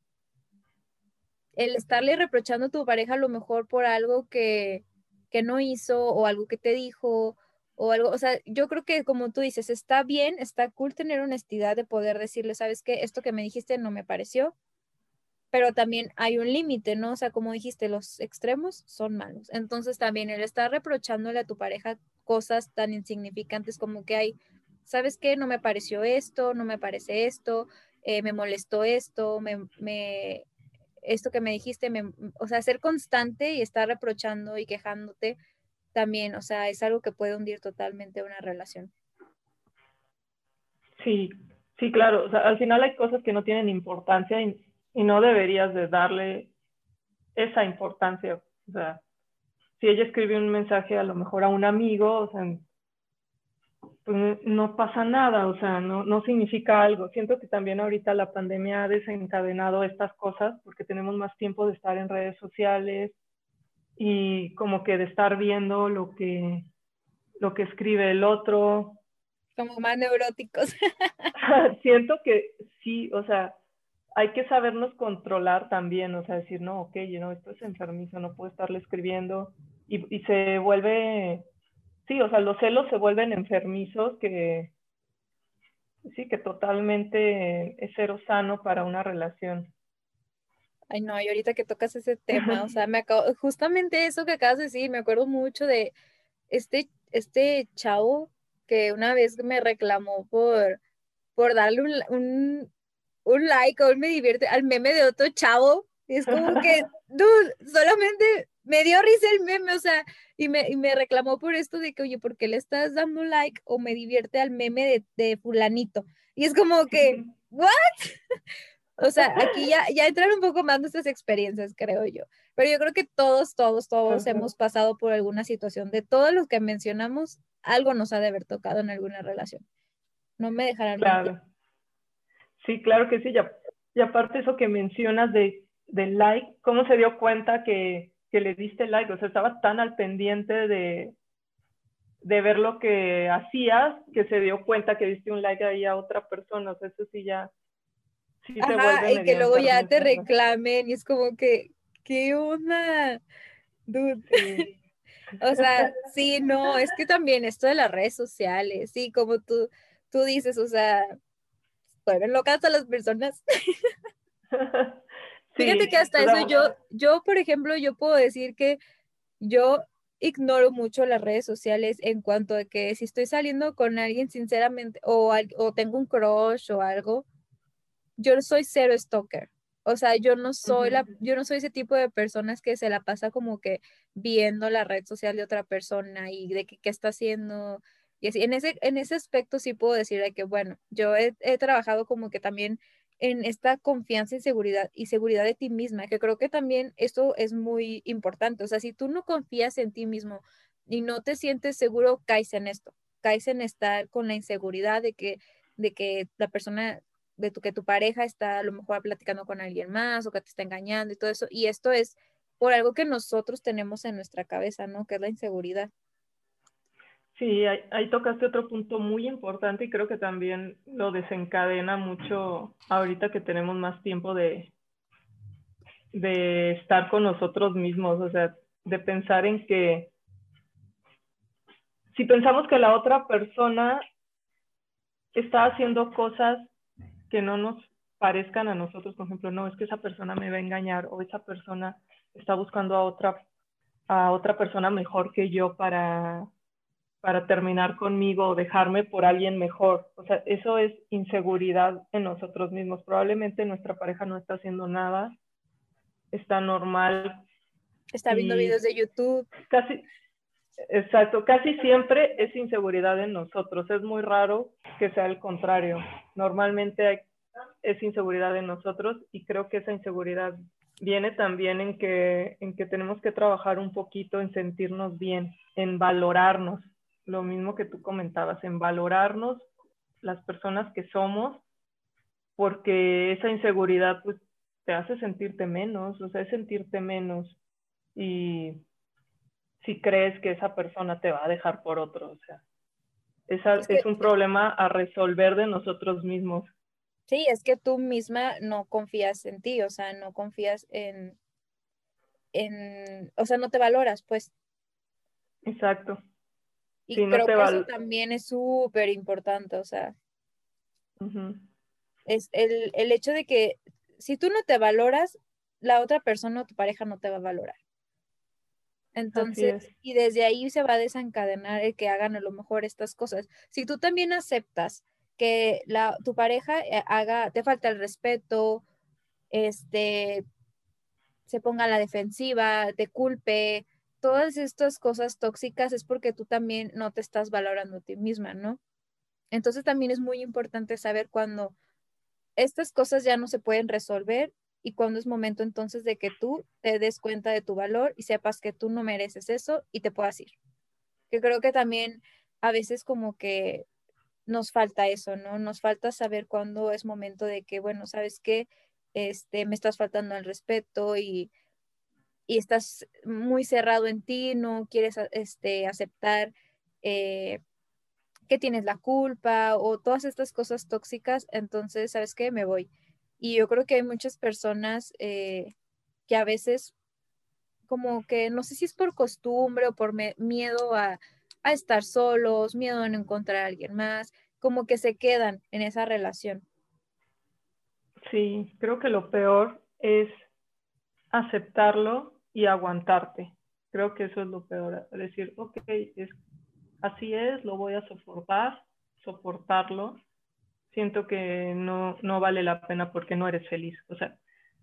[SPEAKER 2] el estarle reprochando a tu pareja a lo mejor por algo que no hizo o algo que te dijo o algo, o sea, yo creo que como tú dices, está bien, está cool tener honestidad de poder decirle, sabes qué, esto que me dijiste no me pareció, pero también hay un límite, ¿no? O sea, como dijiste, los extremos son malos. Entonces también el estar reprochándole a tu pareja cosas tan insignificantes como que hay, ¿sabes qué? No me pareció esto, no me parece esto, me molestó esto, esto que me dijiste, o sea, ser constante y estar reprochando y quejándote también, o sea, es algo que puede hundir totalmente una relación.
[SPEAKER 3] Sí, sí, claro, o sea, al final hay cosas que no tienen importancia y no deberías de darle esa importancia, o sea, si ella escribe un mensaje a lo mejor a un amigo, o sea, pues no pasa nada, o sea, no significa algo. Siento que también ahorita la pandemia ha desencadenado estas cosas porque tenemos más tiempo de estar en redes sociales y como que de estar viendo lo que escribe el otro.
[SPEAKER 2] Como más neuróticos.
[SPEAKER 3] Siento que sí, o sea, hay que sabernos controlar también, o sea, decir, no, ok, no, esto es enfermizo, no puedo estarle escribiendo y se vuelve, sí, o sea, los celos se vuelven enfermizos que sí, que totalmente es cero sano para una relación.
[SPEAKER 2] Ay, no, y ahorita que tocas ese tema, o sea, justamente eso que acabas de decir, me acuerdo mucho de este chavo que una vez me reclamó por darle un like o un me divierte al meme de otro chavo. Y es como que, dude, solamente me dio risa el meme, o sea, y me reclamó por esto de que, oye, ¿por qué le estás dando like o me divierte al meme de fulanito? Y es como que, ¿what? O sea, aquí ya entran un poco más nuestras experiencias, creo yo. Pero yo creo que todos hemos pasado por alguna situación. De todos los que mencionamos, algo nos ha de haber tocado en alguna relación. No me dejarán mentir.
[SPEAKER 3] Claro, sí, claro que sí. Y aparte eso que mencionas del like, ¿cómo se dio cuenta que le diste like? O sea, estaba tan al pendiente de ver lo que hacías que se dio cuenta que diste un like ahí a otra persona. O sea, eso sí ya, sí se vuelve
[SPEAKER 2] Ajá, y que
[SPEAKER 3] medio
[SPEAKER 2] luego ya te
[SPEAKER 3] enfermizo.
[SPEAKER 2] reclamen y es como que, ¿qué onda? Dude.
[SPEAKER 3] Sí.
[SPEAKER 2] O sea, sí, no, es que también esto de las redes sociales, sí, como tú dices, o sea, vuelven locas a las personas. Fíjate que
[SPEAKER 3] Sí,
[SPEAKER 2] hasta
[SPEAKER 3] o
[SPEAKER 2] eso
[SPEAKER 3] sea,
[SPEAKER 2] yo, por ejemplo, yo puedo decir que yo ignoro mucho las redes sociales en cuanto a que si estoy saliendo con alguien sinceramente o tengo un crush o algo, yo soy cero stalker. O sea, yo no soy ese tipo de personas que se la pasa como que viendo la red social de otra persona y de qué está haciendo. Y así, en ese aspecto sí puedo decir de que, bueno, yo he trabajado como que también en esta confianza y seguridad de ti misma, que creo que también esto es muy importante. O sea, si tú no confías en ti mismo y no te sientes seguro, caes en esto, caes en estar con la inseguridad de que la persona que tu pareja está a lo mejor platicando con alguien más o que te está engañando y todo eso. Y esto es por algo que nosotros tenemos en nuestra cabeza, ¿no? Que es la inseguridad.
[SPEAKER 3] Sí, ahí tocaste otro punto muy importante y creo que también lo desencadena mucho ahorita que tenemos más tiempo de estar con nosotros mismos, o sea, de pensar en que si pensamos que la otra persona está haciendo cosas que no nos parezcan a nosotros, por ejemplo, no, es que esa persona me va a engañar o esa persona está buscando a otra persona mejor que yo para terminar conmigo o dejarme por alguien mejor. O sea, eso es inseguridad en nosotros mismos. Probablemente nuestra pareja no está haciendo nada, está normal
[SPEAKER 2] Está viendo
[SPEAKER 3] y
[SPEAKER 2] videos de YouTube.
[SPEAKER 3] casi, exacto, casi siempre es inseguridad en nosotros. Es muy raro que sea el contrario. Normalmente es inseguridad en nosotros y creo que esa inseguridad viene también en que tenemos que trabajar un poquito en sentirnos bien, en valorarnos, lo mismo que tú comentabas, en valorarnos las personas que somos, porque esa inseguridad pues te hace sentirte menos, o sea, es sentirte menos y si crees que esa persona te va a dejar por otro, o sea,
[SPEAKER 2] Es
[SPEAKER 3] es
[SPEAKER 2] que,
[SPEAKER 3] un problema a resolver de nosotros mismos.
[SPEAKER 2] sí, es que tú misma no confías en ti, o sea, no confías o sea, no te valoras, pues.
[SPEAKER 3] Exacto.
[SPEAKER 2] Y
[SPEAKER 3] Si no
[SPEAKER 2] creo
[SPEAKER 3] te
[SPEAKER 2] que eso
[SPEAKER 3] val...
[SPEAKER 2] también es súper importante, o sea,
[SPEAKER 3] Uh-huh.
[SPEAKER 2] es el hecho de que si tú no te valoras, la otra persona o tu pareja no te va a valorar.
[SPEAKER 3] Así
[SPEAKER 2] Entonces,
[SPEAKER 3] es.
[SPEAKER 2] y desde ahí se va a desencadenar el que hagan a lo mejor estas cosas. Si tú también aceptas que tu pareja te falta el respeto, este, se ponga a la defensiva, te culpe, todas estas cosas tóxicas es porque tú también no te estás valorando a ti misma, ¿no? Entonces también es muy importante saber cuando estas cosas ya no se pueden resolver y cuando es momento entonces de que tú te des cuenta de tu valor y sepas que tú no mereces eso y te puedas ir. Que creo que también a veces como que nos falta eso, ¿no? Nos falta saber cuándo es momento de que, bueno, ¿sabes qué? Me estás faltando al respeto y estás muy cerrado en ti, no quieres aceptar eh, que tienes la culpa o todas estas cosas tóxicas, entonces, ¿sabes qué? Me voy. Y yo creo que hay muchas personas que a veces como que no sé si es por costumbre o por miedo a estar solos, miedo a no encontrar a alguien más, como que se quedan en esa relación.
[SPEAKER 3] Sí, creo que lo peor es aceptarlo y aguantarte. Creo que eso es lo peor, decir, ok, así es, lo voy a soportarlo. Siento que no vale la pena porque no eres feliz. O sea,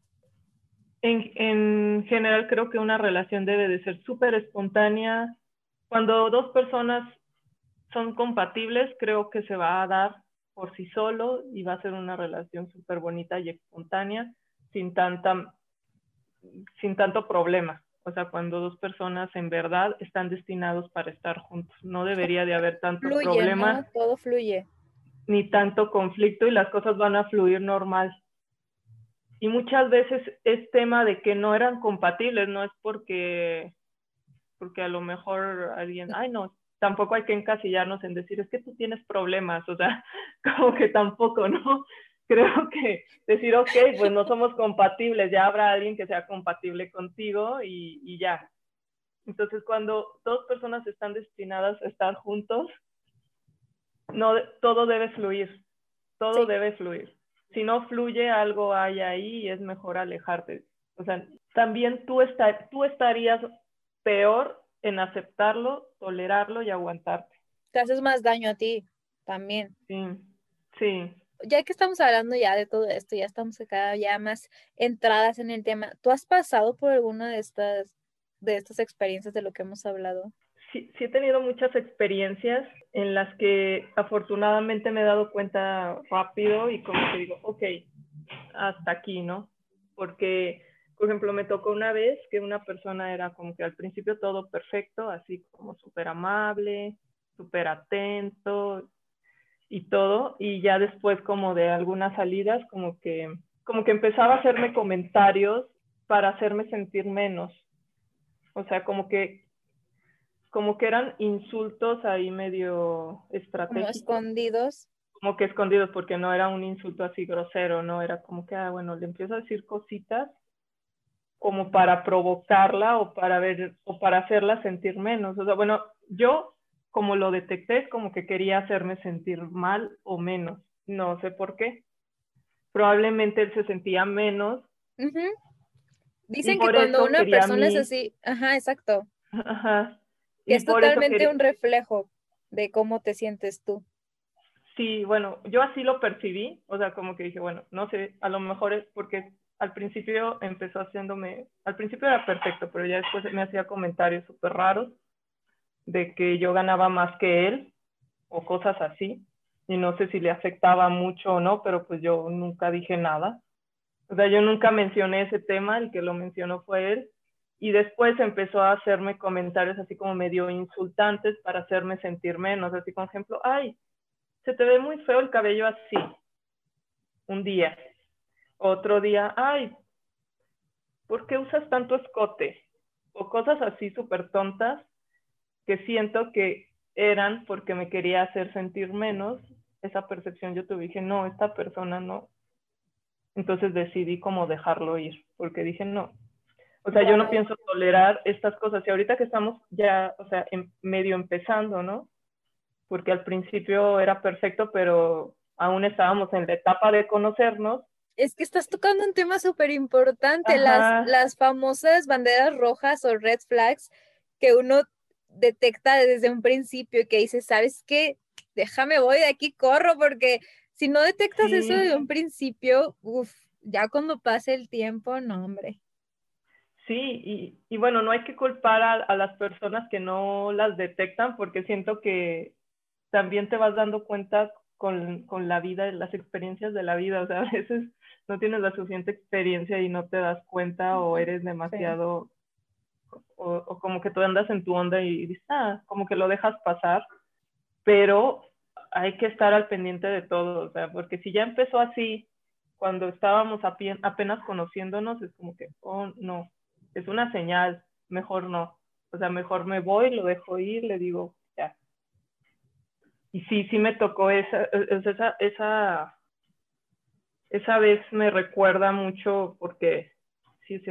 [SPEAKER 3] en general creo que una relación debe de ser súper espontánea. Cuando dos personas son compatibles, creo que se va a dar por sí solo y va a ser una relación súper bonita y espontánea, sin tanta sin tanto problema. O sea, cuando dos personas en verdad están destinados para estar juntos. No debería de haber tanto
[SPEAKER 2] Fluye, ¿no?
[SPEAKER 3] problema
[SPEAKER 2] Todo fluye.
[SPEAKER 3] ni tanto conflicto y las cosas van a fluir normal. Y muchas veces es tema de que no eran compatibles, no es porque a lo mejor alguien, ay no, tampoco hay que encasillarnos en decir, es que tú tienes problemas, o sea, como que tampoco, ¿no? Creo que decir, ok, pues no somos compatibles, ya habrá alguien que sea compatible contigo y ya. Entonces, cuando dos personas están destinadas a estar juntos, no, todo debe fluir, todo
[SPEAKER 2] Sí.
[SPEAKER 3] debe fluir. Si no fluye, algo hay ahí y es mejor alejarte. O sea, también tú estarías peor en aceptarlo, tolerarlo y aguantarte.
[SPEAKER 2] Te haces más daño a ti también.
[SPEAKER 3] Sí, sí.
[SPEAKER 2] Ya que estamos hablando ya de todo esto, ya estamos acá ya más entradas en el tema. ¿Tú has pasado por alguna de estas experiencias de lo que hemos hablado?
[SPEAKER 3] Sí, sí he tenido muchas experiencias en las que afortunadamente me he dado cuenta rápido y como que digo, ok, hasta aquí, ¿no? Porque, por ejemplo, me tocó una vez que una persona era como que al principio todo perfecto, así como súper amable, súper atento, y todo, y ya después como de algunas salidas, como que empezaba a hacerme comentarios para hacerme sentir menos. O sea, como que eran insultos ahí medio
[SPEAKER 2] Como
[SPEAKER 3] estratégicos,
[SPEAKER 2] escondidos.
[SPEAKER 3] como que escondidos, porque no era un insulto así grosero, no era como que, bueno, le empiezo a decir cositas como para provocarla o para ver, o para hacerla sentir menos. O sea, bueno, yo como lo detecté es como que quería hacerme sentir mal o menos. No sé por qué. Probablemente él se sentía menos
[SPEAKER 2] Ujú.
[SPEAKER 3] y
[SPEAKER 2] Dicen que
[SPEAKER 3] por
[SPEAKER 2] cuando
[SPEAKER 3] eso
[SPEAKER 2] una
[SPEAKER 3] quería a
[SPEAKER 2] persona es
[SPEAKER 3] mí,
[SPEAKER 2] así, ajá, exacto,
[SPEAKER 3] ajá,
[SPEAKER 2] que
[SPEAKER 3] y
[SPEAKER 2] es
[SPEAKER 3] por eso
[SPEAKER 2] totalmente
[SPEAKER 3] quería,
[SPEAKER 2] un reflejo de cómo te sientes tú.
[SPEAKER 3] sí, bueno, yo así lo percibí, o sea, como que dije, bueno, no sé, a lo mejor es porque al principio empezó haciéndome, al principio era perfecto, pero ya después me hacía comentarios súper raros de que yo ganaba más que él o cosas así, y no sé si le afectaba mucho o no, pero pues yo nunca dije nada. O sea, yo nunca mencioné ese tema, el que lo mencionó fue él, y después empezó a hacerme comentarios así como medio insultantes para hacerme sentir menos, así como ejemplo, ay, se te ve muy feo el cabello así, un día. Otro día, ay, ¿por qué usas tanto escote? O cosas así súper tontas que siento que eran porque me quería hacer sentir menos. Esa percepción yo tuve, dije, no, esta persona no. Entonces decidí como dejarlo ir, porque dije, no. O sea, yo no
[SPEAKER 2] Wow.
[SPEAKER 3] pienso tolerar estas cosas. Y ahorita que estamos ya, o sea, medio empezando, ¿no? Porque al principio era perfecto, pero aún estábamos en la etapa de conocernos.
[SPEAKER 2] Es que estás tocando un tema súper importante,
[SPEAKER 3] Ajá,
[SPEAKER 2] las famosas banderas rojas o red flags que uno detecta desde un principio y que dice, ¿sabes qué? Déjame, voy de aquí, corro, porque si no detectas eso
[SPEAKER 3] sí,
[SPEAKER 2] desde un principio, uff, ya cuando pase el tiempo, no, hombre.
[SPEAKER 3] sí, y bueno, no hay que culpar a las personas que no las detectan, porque siento que también te vas dando cuenta con la vida, las experiencias de la vida, o sea, a veces no tienes la suficiente experiencia y no te das cuenta o eres
[SPEAKER 2] Sí.
[SPEAKER 3] demasiado, o como que tú andas en tu onda y dices, como que lo dejas pasar, pero hay que estar al pendiente de todo, o sea, porque si ya empezó así, cuando estábamos apenas conociéndonos, es como que, oh, no, es una señal, mejor no, o sea, mejor me voy, lo dejo ir, le digo, ya. Y sí, sí me tocó esa vez me recuerda mucho porque sí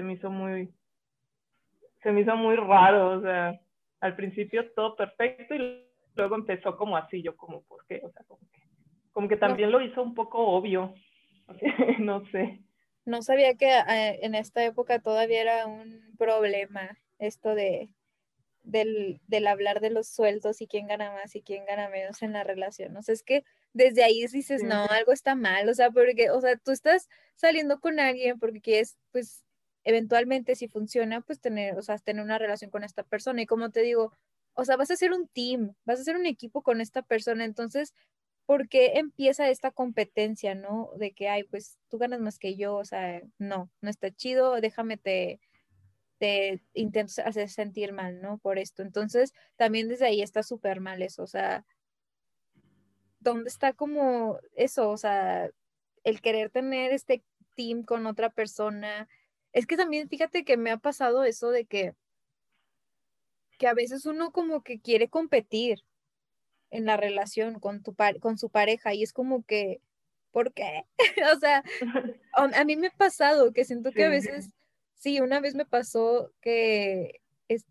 [SPEAKER 3] se me hizo muy raro, o sea, al principio todo perfecto y luego empezó como así, yo como, ¿por qué? O sea, como que
[SPEAKER 2] No,
[SPEAKER 3] también lo hizo un poco obvio, no sé.
[SPEAKER 2] no sabía que en esta época todavía era un problema esto del hablar de los sueldos y quién gana más y quién gana menos en la relación. O sea, es que desde ahí dices,
[SPEAKER 3] Sí,
[SPEAKER 2] no, algo está mal, o sea, porque, o sea, tú estás saliendo con alguien porque quieres, pues, eventualmente, si funciona, pues tener, o sea, tener una relación con esta persona. Y como te digo, o sea, vas a ser un team, vas a ser un equipo con esta persona. Entonces, ¿por qué empieza esta competencia, no? De que, ay, pues tú ganas más que yo, o sea, no, no está chido, déjame te intentas hacer sentir mal, ¿no? Por esto. Entonces, también desde ahí está súper mal eso, o sea, ¿dónde está como eso? O sea, el querer tener este team con otra persona. Es que también fíjate que me ha pasado eso de que a veces uno como que quiere competir en la relación con con su pareja y es como que, ¿por qué? O sea, a mí me ha pasado que siento que a
[SPEAKER 3] sí.
[SPEAKER 2] veces, sí, una vez me pasó que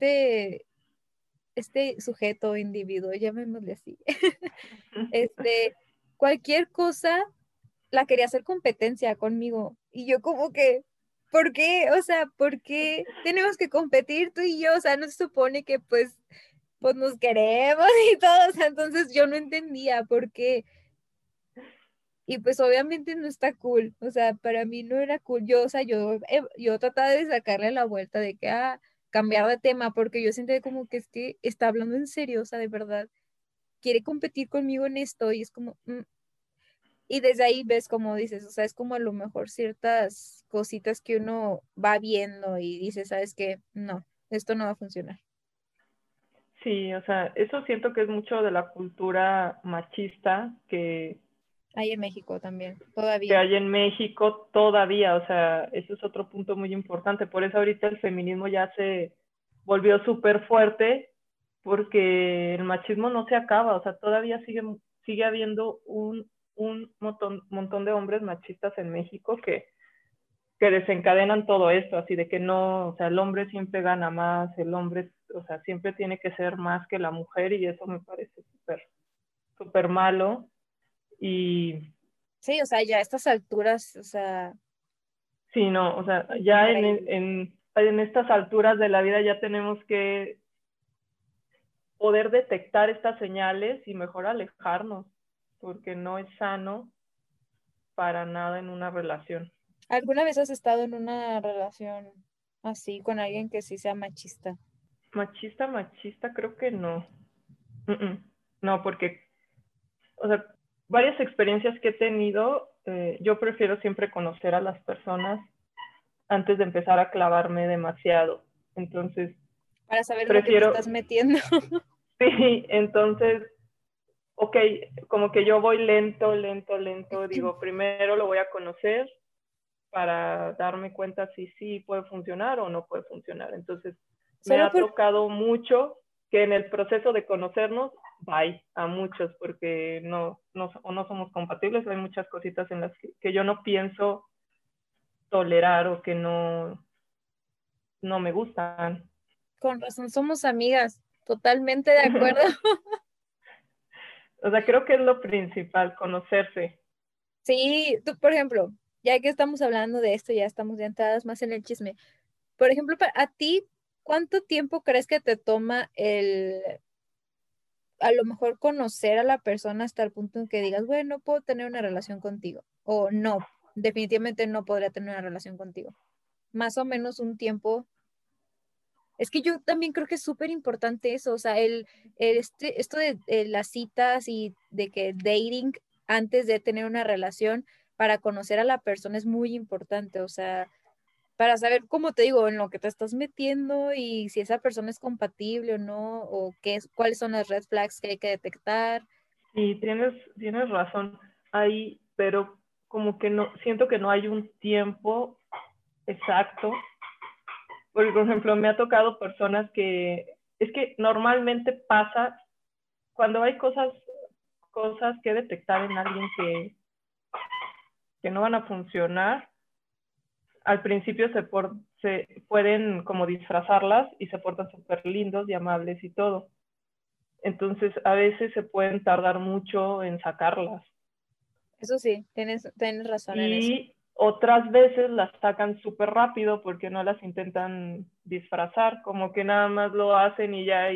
[SPEAKER 2] este sujeto, individuo, llamémosle así, este, cualquier cosa la quería hacer competencia conmigo. Y yo como que, ¿por qué? O sea, ¿por qué tenemos que competir tú y yo? O sea, no se supone que pues nos queremos y todo. O sea, entonces yo no entendía por qué. Y pues obviamente no está cool. O sea, para mí no era cool. Yo, o sea, yo trataba de sacarle la vuelta de que, cambiar de tema, porque yo sentía como que es que está hablando en serio, o sea, de verdad quiere competir conmigo en esto y es como, y desde ahí ves como dices, o sea, es como a lo mejor ciertas cositas que uno va viendo y dice, ¿sabes qué? No, esto no va a funcionar.
[SPEAKER 3] Sí, o sea, eso siento que es mucho de la cultura machista
[SPEAKER 2] Hay en México también,
[SPEAKER 3] que
[SPEAKER 2] todavía.
[SPEAKER 3] hay en México todavía, o sea, eso es otro punto muy importante. Por eso ahorita el feminismo ya se volvió súper fuerte, porque el machismo no se acaba, o sea, todavía sigue habiendo un montón de hombres machistas en México que desencadenan todo esto, así de que no, o sea, el hombre siempre gana más, el hombre, o sea, siempre tiene que ser más que la mujer y eso me parece súper malo. Y
[SPEAKER 2] Sí, o sea, ya a estas alturas, o sea,
[SPEAKER 3] sí, no, o sea, ya
[SPEAKER 2] increíble.
[SPEAKER 3] en estas alturas de la vida ya tenemos que poder detectar estas señales y mejor alejarnos, porque no es sano para nada en una relación.
[SPEAKER 2] ¿Alguna vez has estado en una relación así con alguien que sí sea machista?
[SPEAKER 3] Machista, creo que no. No, porque, o sea, varias experiencias que he tenido, yo prefiero siempre conocer a las personas antes de empezar a clavarme demasiado. Entonces,
[SPEAKER 2] Para saber lo que te
[SPEAKER 3] prefiero,
[SPEAKER 2] estás metiendo.
[SPEAKER 3] sí, entonces, ok, como que yo voy lento, digo, primero lo voy a conocer para darme cuenta si sí puede funcionar o no puede funcionar. Entonces, me
[SPEAKER 2] Solo
[SPEAKER 3] ha
[SPEAKER 2] por,
[SPEAKER 3] tocado mucho que en el proceso de conocernos, bye a muchos, porque o no somos compatibles, hay muchas cositas en las que yo no pienso tolerar o que no me gustan.
[SPEAKER 2] con razón, somos amigas, totalmente de acuerdo.
[SPEAKER 3] O sea, creo que es lo principal, conocerse.
[SPEAKER 2] Sí, tú, por ejemplo, ya que estamos hablando de esto, ya estamos ya entradas más en el chisme. Por ejemplo, a ti, ¿cuánto tiempo crees que te toma a lo mejor conocer a la persona hasta el punto en que digas, bueno, no puedo tener una relación contigo? O no, definitivamente no podría tener una relación contigo. Más o menos un tiempo. Es que yo también creo que es súper importante eso, o sea, esto de las citas y de que dating antes de tener una relación para conocer a la persona es muy importante, o sea, para saber, cómo te digo, en lo que te estás metiendo y si esa persona es compatible o no, o cuáles son las red flags que hay que detectar.
[SPEAKER 3] Y tienes razón ahí, pero como que no, siento que no hay un tiempo exacto, porque por ejemplo me ha tocado personas es que normalmente pasa cuando hay cosas que detectar en alguien que no van a funcionar, al principio se pueden como disfrazarlas y se portan súper lindos y amables y todo. Entonces a veces se pueden tardar mucho en sacarlas.
[SPEAKER 2] Eso sí, tienes razón en eso.
[SPEAKER 3] Y otras veces las sacan súper rápido porque no las intentan disfrazar, como que nada más lo hacen y ya,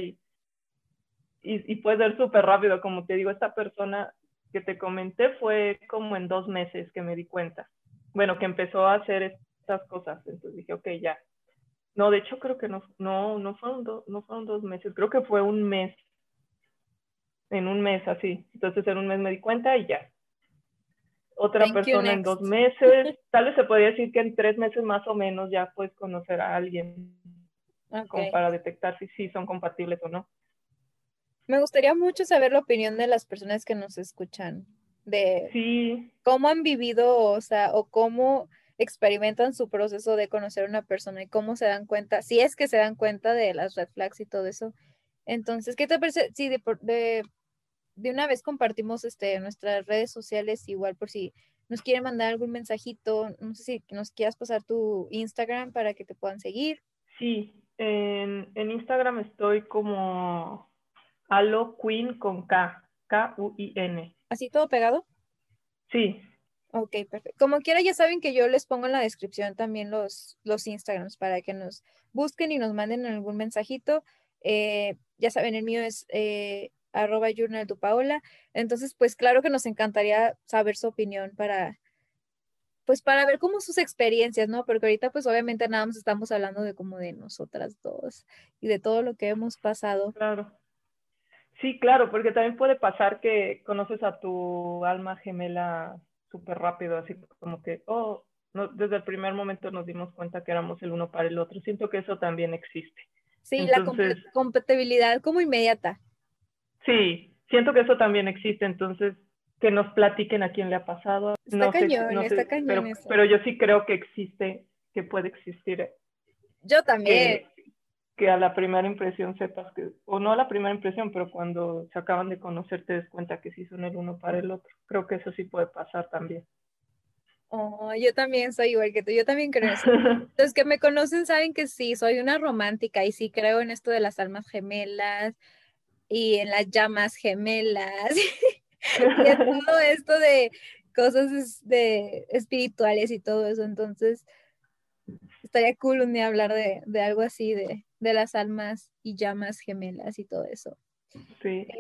[SPEAKER 3] y puede ser súper rápido, como te digo, esta persona que te comenté fue como en 2 meses que me di cuenta, bueno, que empezó a hacer estas cosas, entonces dije, ok, ya. No, de hecho creo que no fueron 2 meses, creo que fue un mes, en un mes así, entonces en un mes me di cuenta y ya. Otra
[SPEAKER 2] Thank you,
[SPEAKER 3] persona en dos
[SPEAKER 2] next.
[SPEAKER 3] meses, tal vez se podría decir que en 3 meses más o menos ya puedes conocer a alguien como
[SPEAKER 2] Ok.
[SPEAKER 3] para detectar si sí son compatibles o no.
[SPEAKER 2] Me gustaría mucho saber la opinión de las personas que nos escuchan, de
[SPEAKER 3] Sí,
[SPEAKER 2] cómo han vivido, o sea, o cómo experimentan su proceso de conocer a una persona y cómo se dan cuenta, si es que se dan cuenta de las red flags y todo eso. Entonces, ¿qué te parece? Si de una vez compartimos nuestras redes sociales, igual por si nos quieren mandar algún mensajito, no sé si nos quieras pasar tu Instagram para que te puedan seguir.
[SPEAKER 3] sí, en Instagram estoy como Alo Queen con Kuin.
[SPEAKER 2] ¿Así todo pegado?
[SPEAKER 3] Sí,
[SPEAKER 2] Ok, perfecto. Como quiera, ya saben que yo les pongo en la descripción también los Instagrams para que nos busquen y nos manden algún mensajito. Ya saben, el mío es @journaltupaola. Entonces, pues claro que nos encantaría saber su opinión pues para ver cómo sus experiencias, ¿no? Porque ahorita pues obviamente nada más estamos hablando de como de nosotras dos y de todo lo que hemos pasado.
[SPEAKER 3] claro. Sí, claro, porque también puede pasar que conoces a tu alma gemela súper rápido, así como que, desde el primer momento nos dimos cuenta que éramos el uno para el otro. Siento que eso también existe.
[SPEAKER 2] Sí, la
[SPEAKER 3] Entonces,
[SPEAKER 2] compatibilidad como inmediata.
[SPEAKER 3] sí, siento que eso también existe, entonces que nos platiquen a quién le ha pasado. No sé, no
[SPEAKER 2] Está
[SPEAKER 3] sé,
[SPEAKER 2] cañón eso.
[SPEAKER 3] pero yo sí creo que existe, que puede existir,
[SPEAKER 2] Yo también.
[SPEAKER 3] que, que a la primera impresión sepas que, o no a la primera impresión, pero cuando se acaban de conocer te des cuenta que sí son el uno para el otro. Creo que eso sí puede pasar también.
[SPEAKER 2] Oh, yo también soy igual que tú, yo también creo eso. Los que me conocen saben que sí, soy una romántica y sí creo en esto de las almas gemelas y en las llamas gemelas y en todo esto de cosas de espirituales y todo eso. Entonces, estaría cool un día hablar de algo así, de las almas y llamas gemelas y todo eso.
[SPEAKER 3] Sí.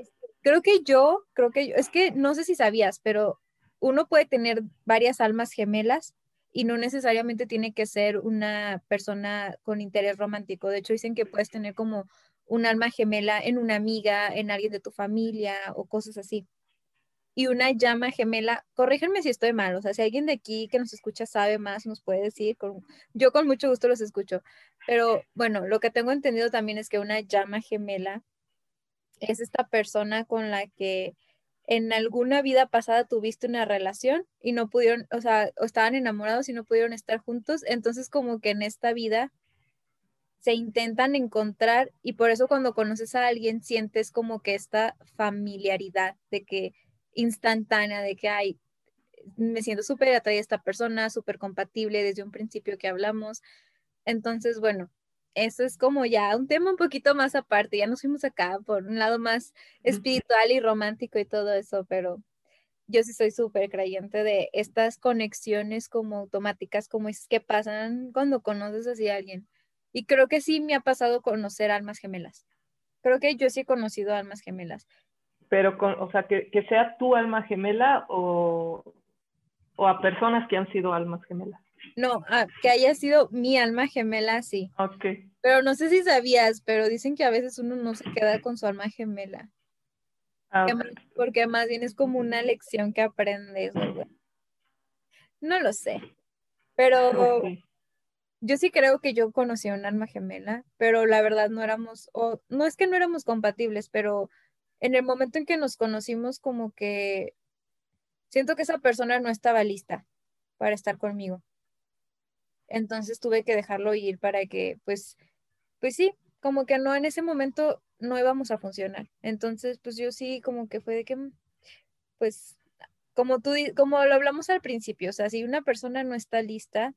[SPEAKER 2] Creo que yo, es que no sé si sabías, pero uno puede tener varias almas gemelas y no necesariamente tiene que ser una persona con interés romántico. De hecho, dicen que puedes tener como un alma gemela en una amiga, en alguien de tu familia o cosas así. Y una llama gemela, corríjanme si estoy mal, o sea, si alguien de aquí que nos escucha sabe más, nos puede decir, yo con mucho gusto los escucho. Pero bueno, lo que tengo entendido también es que una llama gemela es esta persona con la que en alguna vida pasada tuviste una relación y no pudieron, o sea, o estaban enamorados y no pudieron estar juntos, entonces como que en esta vida se intentan encontrar y por eso cuando conoces a alguien sientes como que esta familiaridad de que instantánea, de que ay, me siento súper atraída a esta persona, súper compatible desde un principio que hablamos. Entonces, bueno, eso es como ya un tema un poquito más aparte, ya nos fuimos acá por un lado más espiritual y romántico y todo eso, pero yo sí soy súper creyente de estas conexiones como automáticas, como es que pasan cuando conoces así a alguien. Y creo que sí me ha pasado conocer almas gemelas. Creo que yo sí he conocido almas gemelas.
[SPEAKER 3] Pero, o sea, que sea tu alma gemela o a personas que han sido almas gemelas.
[SPEAKER 2] No, que haya sido mi alma gemela, sí.
[SPEAKER 3] Ok.
[SPEAKER 2] Pero no sé si sabías, pero dicen que a veces uno no se queda con su alma gemela.
[SPEAKER 3] Ah,
[SPEAKER 2] Que
[SPEAKER 3] ok.
[SPEAKER 2] más- Porque más bien es como una lección que aprendes o algo. No lo sé, pero
[SPEAKER 3] Ok.
[SPEAKER 2] yo sí creo que yo conocí a un alma gemela, pero la verdad no éramos, o no es que no éramos compatibles, pero en el momento en que nos conocimos como que siento que esa persona no estaba lista para estar conmigo. Entonces tuve que dejarlo ir para que, pues sí, como que no en ese momento no íbamos a funcionar. Entonces, pues yo sí como que fue de que, pues como lo hablamos al principio, o sea, si una persona no está lista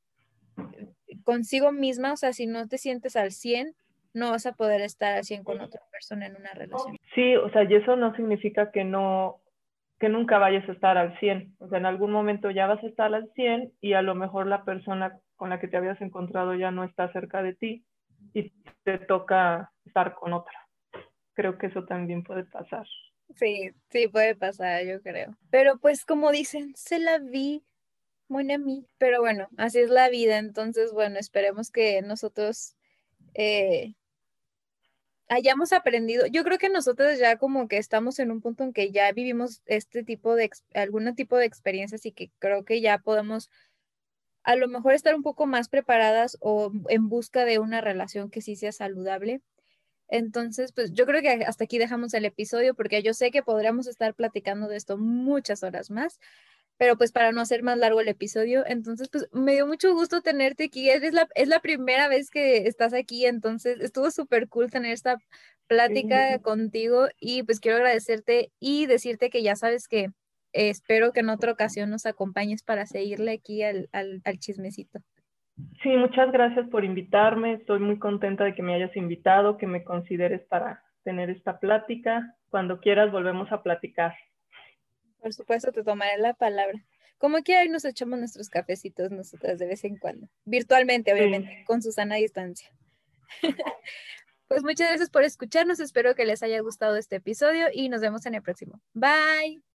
[SPEAKER 2] consigo misma, o sea, si no te sientes al 100 no vas a poder estar al 100 con otra persona en una relación.
[SPEAKER 3] Sí, o sea, y eso no significa que nunca vayas a estar al 100. O sea, en algún momento ya vas a estar al 100 y a lo mejor la persona con la que te habías encontrado ya no está cerca de ti y te toca estar con otra. Creo que eso también puede pasar.
[SPEAKER 2] Sí, sí puede pasar, yo creo. Pero pues como dicen, se la vi, muy a mí. Pero bueno, así es la vida. Entonces, bueno, esperemos que nosotros eh, hayamos aprendido. Yo creo que nosotros ya como que estamos en un punto en que ya vivimos este tipo de, algún tipo de experiencias y que creo que ya podemos a lo mejor estar un poco más preparadas o en busca de una relación que sí sea saludable. Entonces, pues yo creo que hasta aquí dejamos el episodio porque yo sé que podríamos estar platicando de esto muchas horas más, pero pues para no hacer más largo el episodio, entonces pues me dio mucho gusto tenerte aquí. Es la primera vez que estás aquí, entonces estuvo súper cool tener esta plática
[SPEAKER 3] Sí,
[SPEAKER 2] contigo y pues quiero agradecerte y decirte que ya sabes que espero que en otra ocasión nos acompañes para seguirle aquí al chismecito.
[SPEAKER 3] sí, muchas gracias por invitarme. Estoy muy contenta de que me hayas invitado, que me consideres para tener esta plática. Cuando quieras volvemos a platicar.
[SPEAKER 2] Por supuesto, te tomaré la palabra. Como quiera, ahí nos echamos nuestros cafecitos nosotras de vez en cuando. Virtualmente,
[SPEAKER 3] Sí.
[SPEAKER 2] obviamente, con Susana a distancia. Pues muchas gracias por escucharnos. Espero que les haya gustado este episodio y nos vemos en el próximo. Bye.